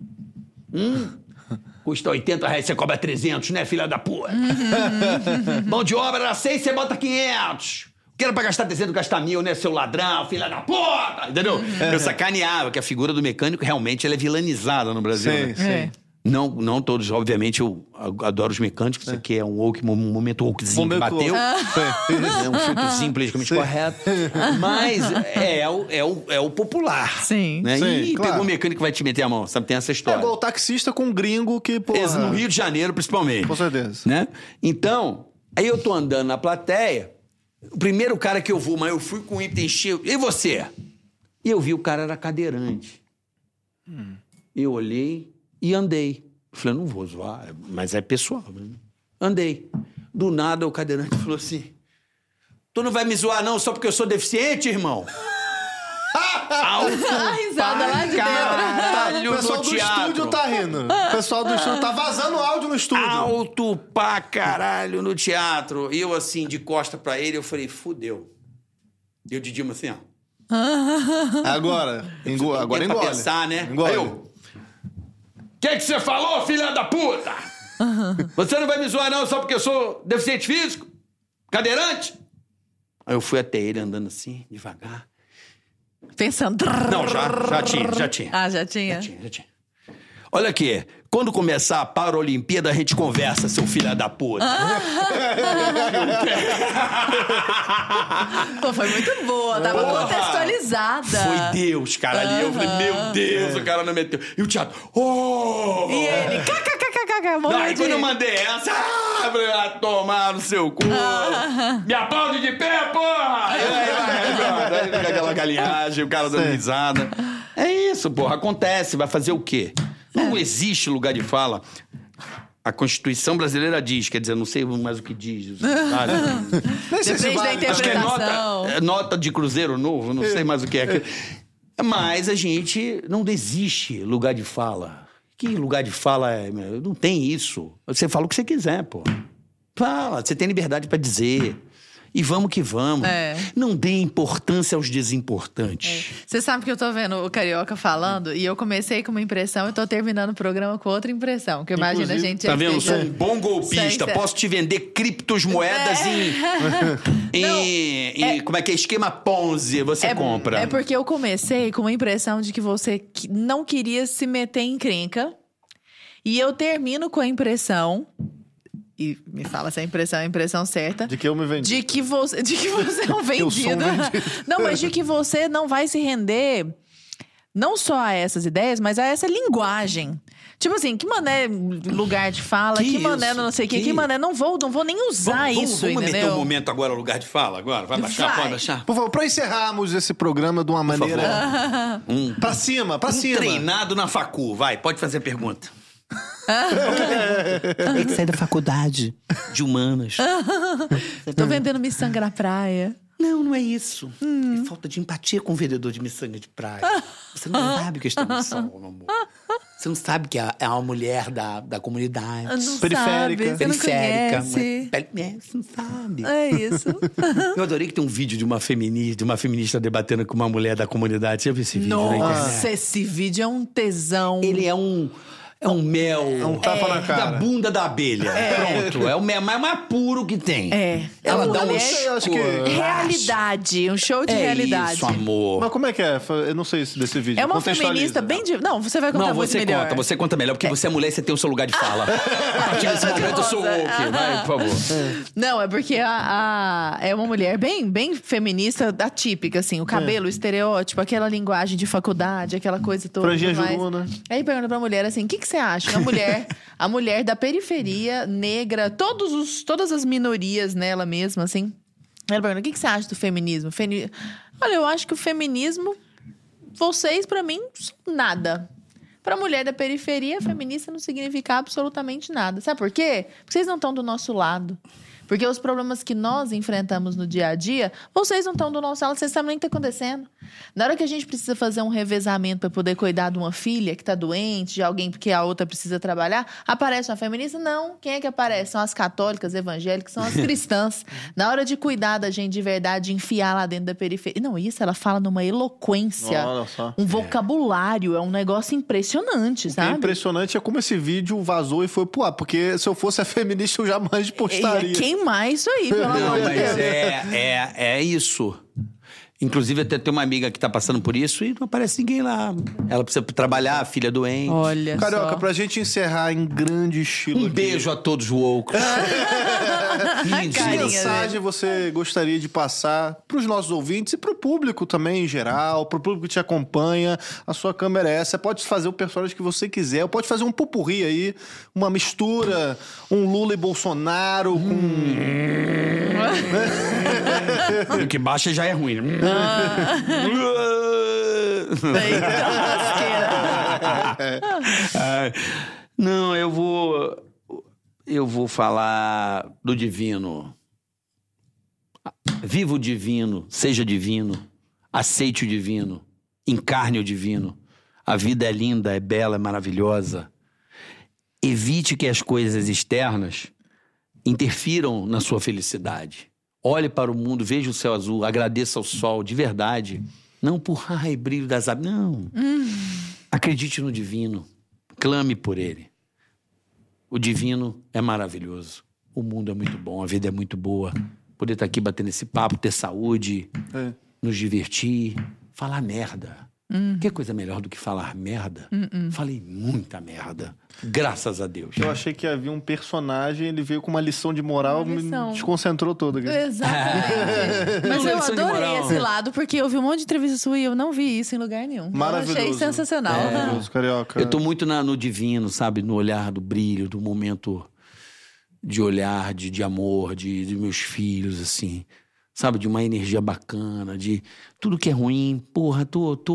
Custa R$80, você cobra 300, né, filha da puta? Mão de obra era 6, você bota 500. Que era pra gastar 300, gastar 1.000, né, seu ladrão, filha da puta! Entendeu? Eu sacaneava, que a figura do mecânico realmente ela é vilanizada no Brasil. Sim, né? sim. Não todos, obviamente, eu adoro os mecânicos, isso aqui é um momento wokezinho que bateu. É um filtrozinho politicamente correto. Mas é o popular. Sim. Né? Sim, E claro. pegou um mecânico que vai te meter a mão, sabe? Tem essa É história. igual o taxista com um gringo que, pô... No Rio de Janeiro, principalmente. Com certeza. Né? Então, aí eu tô andando na plateia, o primeiro cara que eu vou, mas eu fui com o item cheio. E você? E eu vi o cara era cadeirante. Eu olhei e andei. Eu falei, não vou zoar, mas é pessoal. Né? Andei. Do nada, o cadeirante falou assim, tu não vai me zoar não só porque eu sou deficiente, irmão? A risada lá de dentro. Caralho, O pessoal no do teatro. estúdio tá rindo. O pessoal do estúdio tá vazando áudio no estúdio. Alto pra caralho no teatro. E eu, assim, de costa pra ele, eu falei, fudeu. E o Didimo assim, ó. Agora engole. Pra pensar, né? Engole. Aí eu... O que você falou, filha da puta? Você não vai me zoar não só porque eu sou deficiente físico? Cadeirante? Aí eu fui até ele andando assim, devagar. Pensando... Não, já tinha. Ah, já tinha? Já tinha. Olha aqui, quando começar a Paralimpíada, a gente conversa, seu filho da puta. Pô, foi muito boa, tava contextualizada. Foi Deus, cara, ali. Eu falei, meu Deus, o cara não meteu. E o teatro, oh! E ele, Daí quando eu mandei essa, vai tomar no seu cu. Me aplaude de pé, porra! Aí fica aquela galinhagem, o cara dando risada. É isso, porra, acontece, vai fazer o quê? Não existe lugar de fala. A Constituição brasileira diz, quer dizer, não sei mais o que diz. Vale. Depende da Acho que é interpretação. nota de cruzeiro novo, não sei mais o que é. Mas a gente não existe lugar de fala. Que lugar de fala é? Não tem isso. Você fala o que você quiser, pô. Fala, você tem liberdade pra dizer. E vamos que vamos. É. Não dê importância aos desimportantes. Você sabe que eu tô vendo o Carioca falando e eu comecei com uma impressão e tô terminando o programa com outra impressão. Que imagina a gente... Tá vendo? Eu sou esteja- um bom golpista. Sei. Posso te vender criptomoedas em como é que é? Esquema Ponzi. Você compra. É porque eu comecei com uma impressão de que você não queria se meter em encrenca. E eu termino com a impressão... E me fala se a impressão é a impressão certa. De que eu me vendi. De que você é um Eu sou um vendido. vendido. Não, mas de que você não vai se render não só a essas ideias, mas a essa linguagem. Tipo assim, que mané lugar de fala, que mané não sei o que mané, não vou nem usar isso, vamos entendeu? meter um momento agora, lugar de fala, agora? Vai baixar, Vai. pode baixar? Por favor, pra encerrarmos esse programa de uma maneira... Pra cima. Treinado na facu, vai, pode fazer a pergunta. Tem que sair da faculdade de humanas. Tô vendendo miçanga na praia. Não é isso. É falta de empatia com o vendedor de miçanga de praia. Você não sabe o que está no sol, meu amor. Você não sabe que é uma mulher da comunidade. Não Periférica. sabe, você não Periférica. conhece. Você não sabe. É isso. Eu adorei que tem um vídeo de uma feminista debatendo com uma mulher da comunidade. Você já viu esse vídeo na internet? Nossa, esse vídeo é um tesão. Ele é um mel. É um tapa na cara. Da bunda da abelha. Pronto. É o mel mais puro que tem. É. Ela É dá uma um mulher- acho que- Realidade, um show de realidade. Isso, amor. Mas como é que é? Eu não sei desse vídeo. É uma Contextualiza. feminista bem... Não, você vai contar Não, muito você melhor. você conta melhor, porque você é mulher e você tem o seu lugar de fala. A partir desse momento eu sou woke. Vai, por favor. Não, é porque é uma mulher bem feminista, atípica, assim. O cabelo, o estereótipo, aquela linguagem de faculdade, aquela coisa toda. Franjinha tudo mais. juruna. Aí pergunta pra mulher assim, o que você acha? A mulher da periferia, negra, todas as minorias nela mesma, assim. Ela pergunta, o que você acha do feminismo? Olha, eu acho que o feminismo, vocês, pra mim, são nada. Pra mulher da periferia, feminista não significa absolutamente nada. Sabe por quê? Porque vocês não estão do nosso lado. Porque os problemas que nós enfrentamos no dia a dia, vocês não estão do nosso lado, vocês sabem nem o que está acontecendo. Na hora que a gente precisa fazer um revezamento para poder cuidar de uma filha que está doente, de alguém porque a outra precisa trabalhar, aparece uma feminista? Não. Quem é que aparece? São as católicas, evangélicas, são as cristãs. Na hora de cuidar da gente de verdade, enfiar lá dentro da periferia. Não, isso ela fala numa eloquência, Olha só. um vocabulário, é um negócio impressionante, O que é sabe? impressionante é como esse vídeo vazou e foi pro ar. Porque se eu fosse a feminista, eu jamais postaria. Ia queimar isso aí, pelo amor Não, de mas Deus. é isso. Inclusive, até tem uma amiga que tá passando por isso e não aparece ninguém lá. Ela precisa trabalhar, a filha doente. Olha Carioca, só. pra gente encerrar em grande estilo Um aqui, beijo a todos woke. que Carinha mensagem você gostaria de passar pros nossos ouvintes e pro público também em geral, pro público que te acompanha? A sua câmera é essa. Você pode fazer o personagem que você quiser, ou pode fazer um pupurri aí, uma mistura, um Lula e Bolsonaro com... O que baixa já é ruim. Eita, lasqueira. Não, eu vou falar do divino. Viva o divino, seja divino, aceite o divino, encarne o divino. A vida é linda, é bela, é maravilhosa. Evite que as coisas externas interfiram na sua felicidade. Olhe para o mundo, veja o céu azul, agradeça ao sol, de verdade. Não por brilho das aves, não. Acredite no divino, clame por ele. O divino é maravilhoso. O mundo é muito bom, a vida é muito boa. Poder estar aqui batendo esse papo, ter saúde, nos divertir, falar merda. Que coisa melhor do que falar merda? Falei muita merda. Graças a Deus. Eu achei que havia um personagem, ele veio com uma lição de moral, Uma lição. me desconcentrou todo aqui. Exatamente. Mas Não, eu lição de adorei moral. esse lado, porque eu vi um monte de entrevista sua e eu não vi isso em lugar nenhum. Maravilhoso. Eu achei sensacional. Maravilhoso, Carioca. Eu tô muito no divino, sabe? No olhar do brilho, do momento de olhar, de amor, de meus filhos, assim. Sabe? De uma energia bacana, de tudo que é ruim. Porra,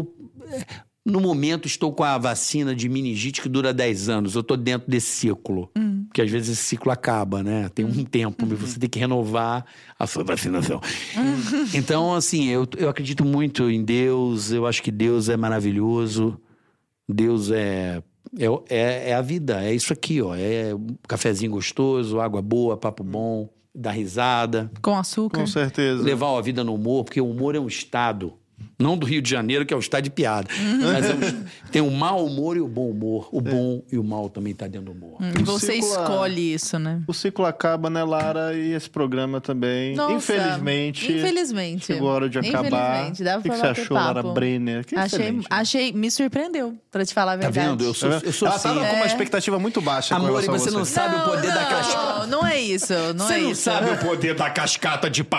no momento estou com a vacina de meningite que dura 10 anos. Eu tô dentro desse ciclo. Porque às vezes esse ciclo acaba, né? Tem um tempo, mas você tem que renovar a sua vacinação. Então, assim, eu acredito muito em Deus. Eu acho que Deus é maravilhoso. Deus é a vida. É isso aqui, ó. É um cafezinho gostoso, água boa, papo bom, dar risada. Com açúcar. Com certeza. Levar a vida no humor, porque o humor é um estado. Não do Rio de Janeiro, que é o estado de piada. Mas tem o mau humor e o bom humor. O bom e o mal também tá dentro do humor. E você ciclo- escolhe isso, né? O ciclo acaba, né, Lara? E esse programa também. Nossa, Infelizmente. Chegou a hora de acabar. Infelizmente, dava O que pra você bater achou, papo. Lara Brenner? Que excelente. Me surpreendeu, pra te falar a Tá verdade. vendo? Eu sou Ela assim. tava com uma expectativa muito baixa com Amor, e relação a você não sabe o poder da cascata. Não é isso, não Você é não isso. sabe o poder da cascata de papai.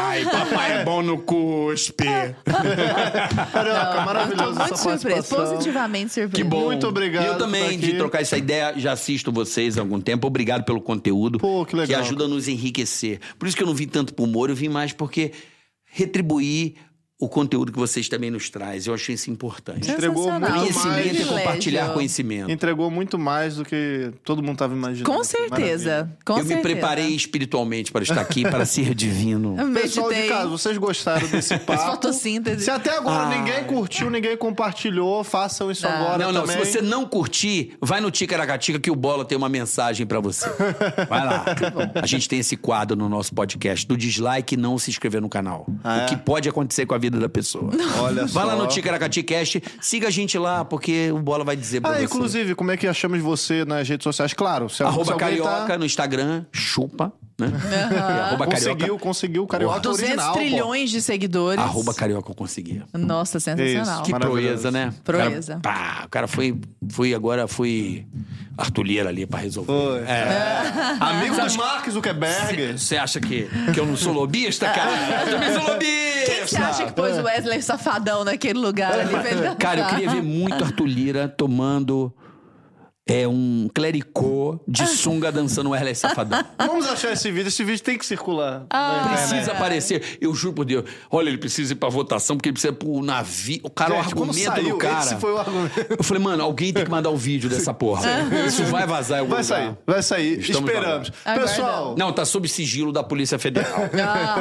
papai é bom no cuspe. Carioca, maravilhoso Tô muito essa surpresa, participação. positivamente surpresa. Que bom. Muito obrigado Eu por também, estar aqui. de trocar essa ideia, já assisto vocês há algum tempo. Obrigado pelo conteúdo. Pô, que legal. Que ajuda a nos enriquecer. Por isso que eu não vim tanto pro humor, eu vim mais porque retribuir o conteúdo que vocês também nos traz. Eu achei isso importante. Entregou Sensacional. muito Conhecimento mais. e Privilégio. compartilhar conhecimento. Entregou muito mais do que todo mundo estava imaginando. Com certeza. Maravilha. Com eu certeza. me preparei espiritualmente para estar aqui, para ser divino. Pessoal de Meditei. casa, vocês gostaram desse papo? Fotossíntese. Se até agora ninguém curtiu, ninguém compartilhou, façam isso agora Não, também. se você não curtir, vai no Ticaracatica que o Bola tem uma mensagem pra você. Vai lá. A gente tem esse quadro no nosso podcast, do dislike e não se inscrever no canal. Ah, é? O que pode acontecer com a vida da pessoa. Olha só. Vai lá no Ticaracaticast, siga a gente lá, porque o Bola vai dizer pra você. Inclusive, como é que achamos você nas redes sociais? Claro, se Arroba alguém Carioca no Instagram, chupa, né? Arroba Conseguiu o Carioca 200 original, trilhões de seguidores. Arroba Carioca eu conseguia. Nossa, sensacional. Isso. Que Maravilhoso. proeza, né? Proeza. O cara foi Arthur Lira ali pra resolver. Foi. Amigo do Mark Zuckerberg. Você acha que eu não sou lobista, cara? Eu também sou lobista! Quem que você acha que pôs o Wesley Safadão naquele lugar ali? Cara, eu queria ver muito Arthur Lira tomando um clericô de sunga dançando o Wesley Safadão. Vamos achar esse vídeo tem que circular. na internet. Precisa aparecer. Eu juro por Deus. Olha, ele precisa ir pra votação porque ele precisa ir pro navio. O cara, Gente, o quando argumento saiu, do cara. esse foi o argumento. Eu falei, mano, alguém tem que mandar o vídeo dessa porra. Isso vai vazar em algum lugar. Vai sair. Estamos Esperamos. aguardando. Pessoal, Não, tá sob sigilo da Polícia Federal.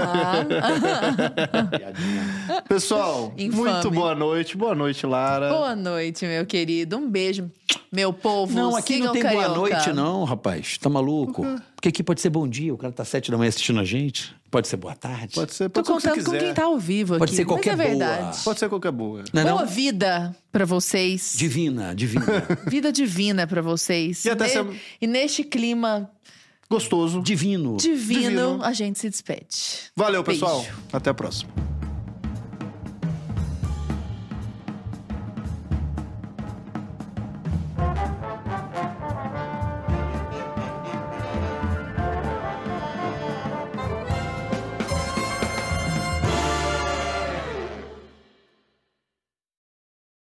pessoal, Infame. muito boa noite. Boa noite, Lara. Boa noite, meu querido. Um beijo, meu povo. Não, aqui Sigam não tem Carioca. boa noite, não, rapaz. Tá maluco? Porque aqui pode ser bom dia. O cara tá 7 da manhã assistindo a gente. Pode ser boa tarde. Pode ser, Tô pode ser o que você contando com quiser. quem tá ao vivo aqui. Pode ser qualquer mas é boa. verdade. Pode ser qualquer boa. Não é Boa não? vida pra vocês. Divina. Vida divina pra vocês. E até E neste clima Gostoso. Divino. divino, Divino. a gente se despede. Valeu, Beijo. pessoal. Até a próxima.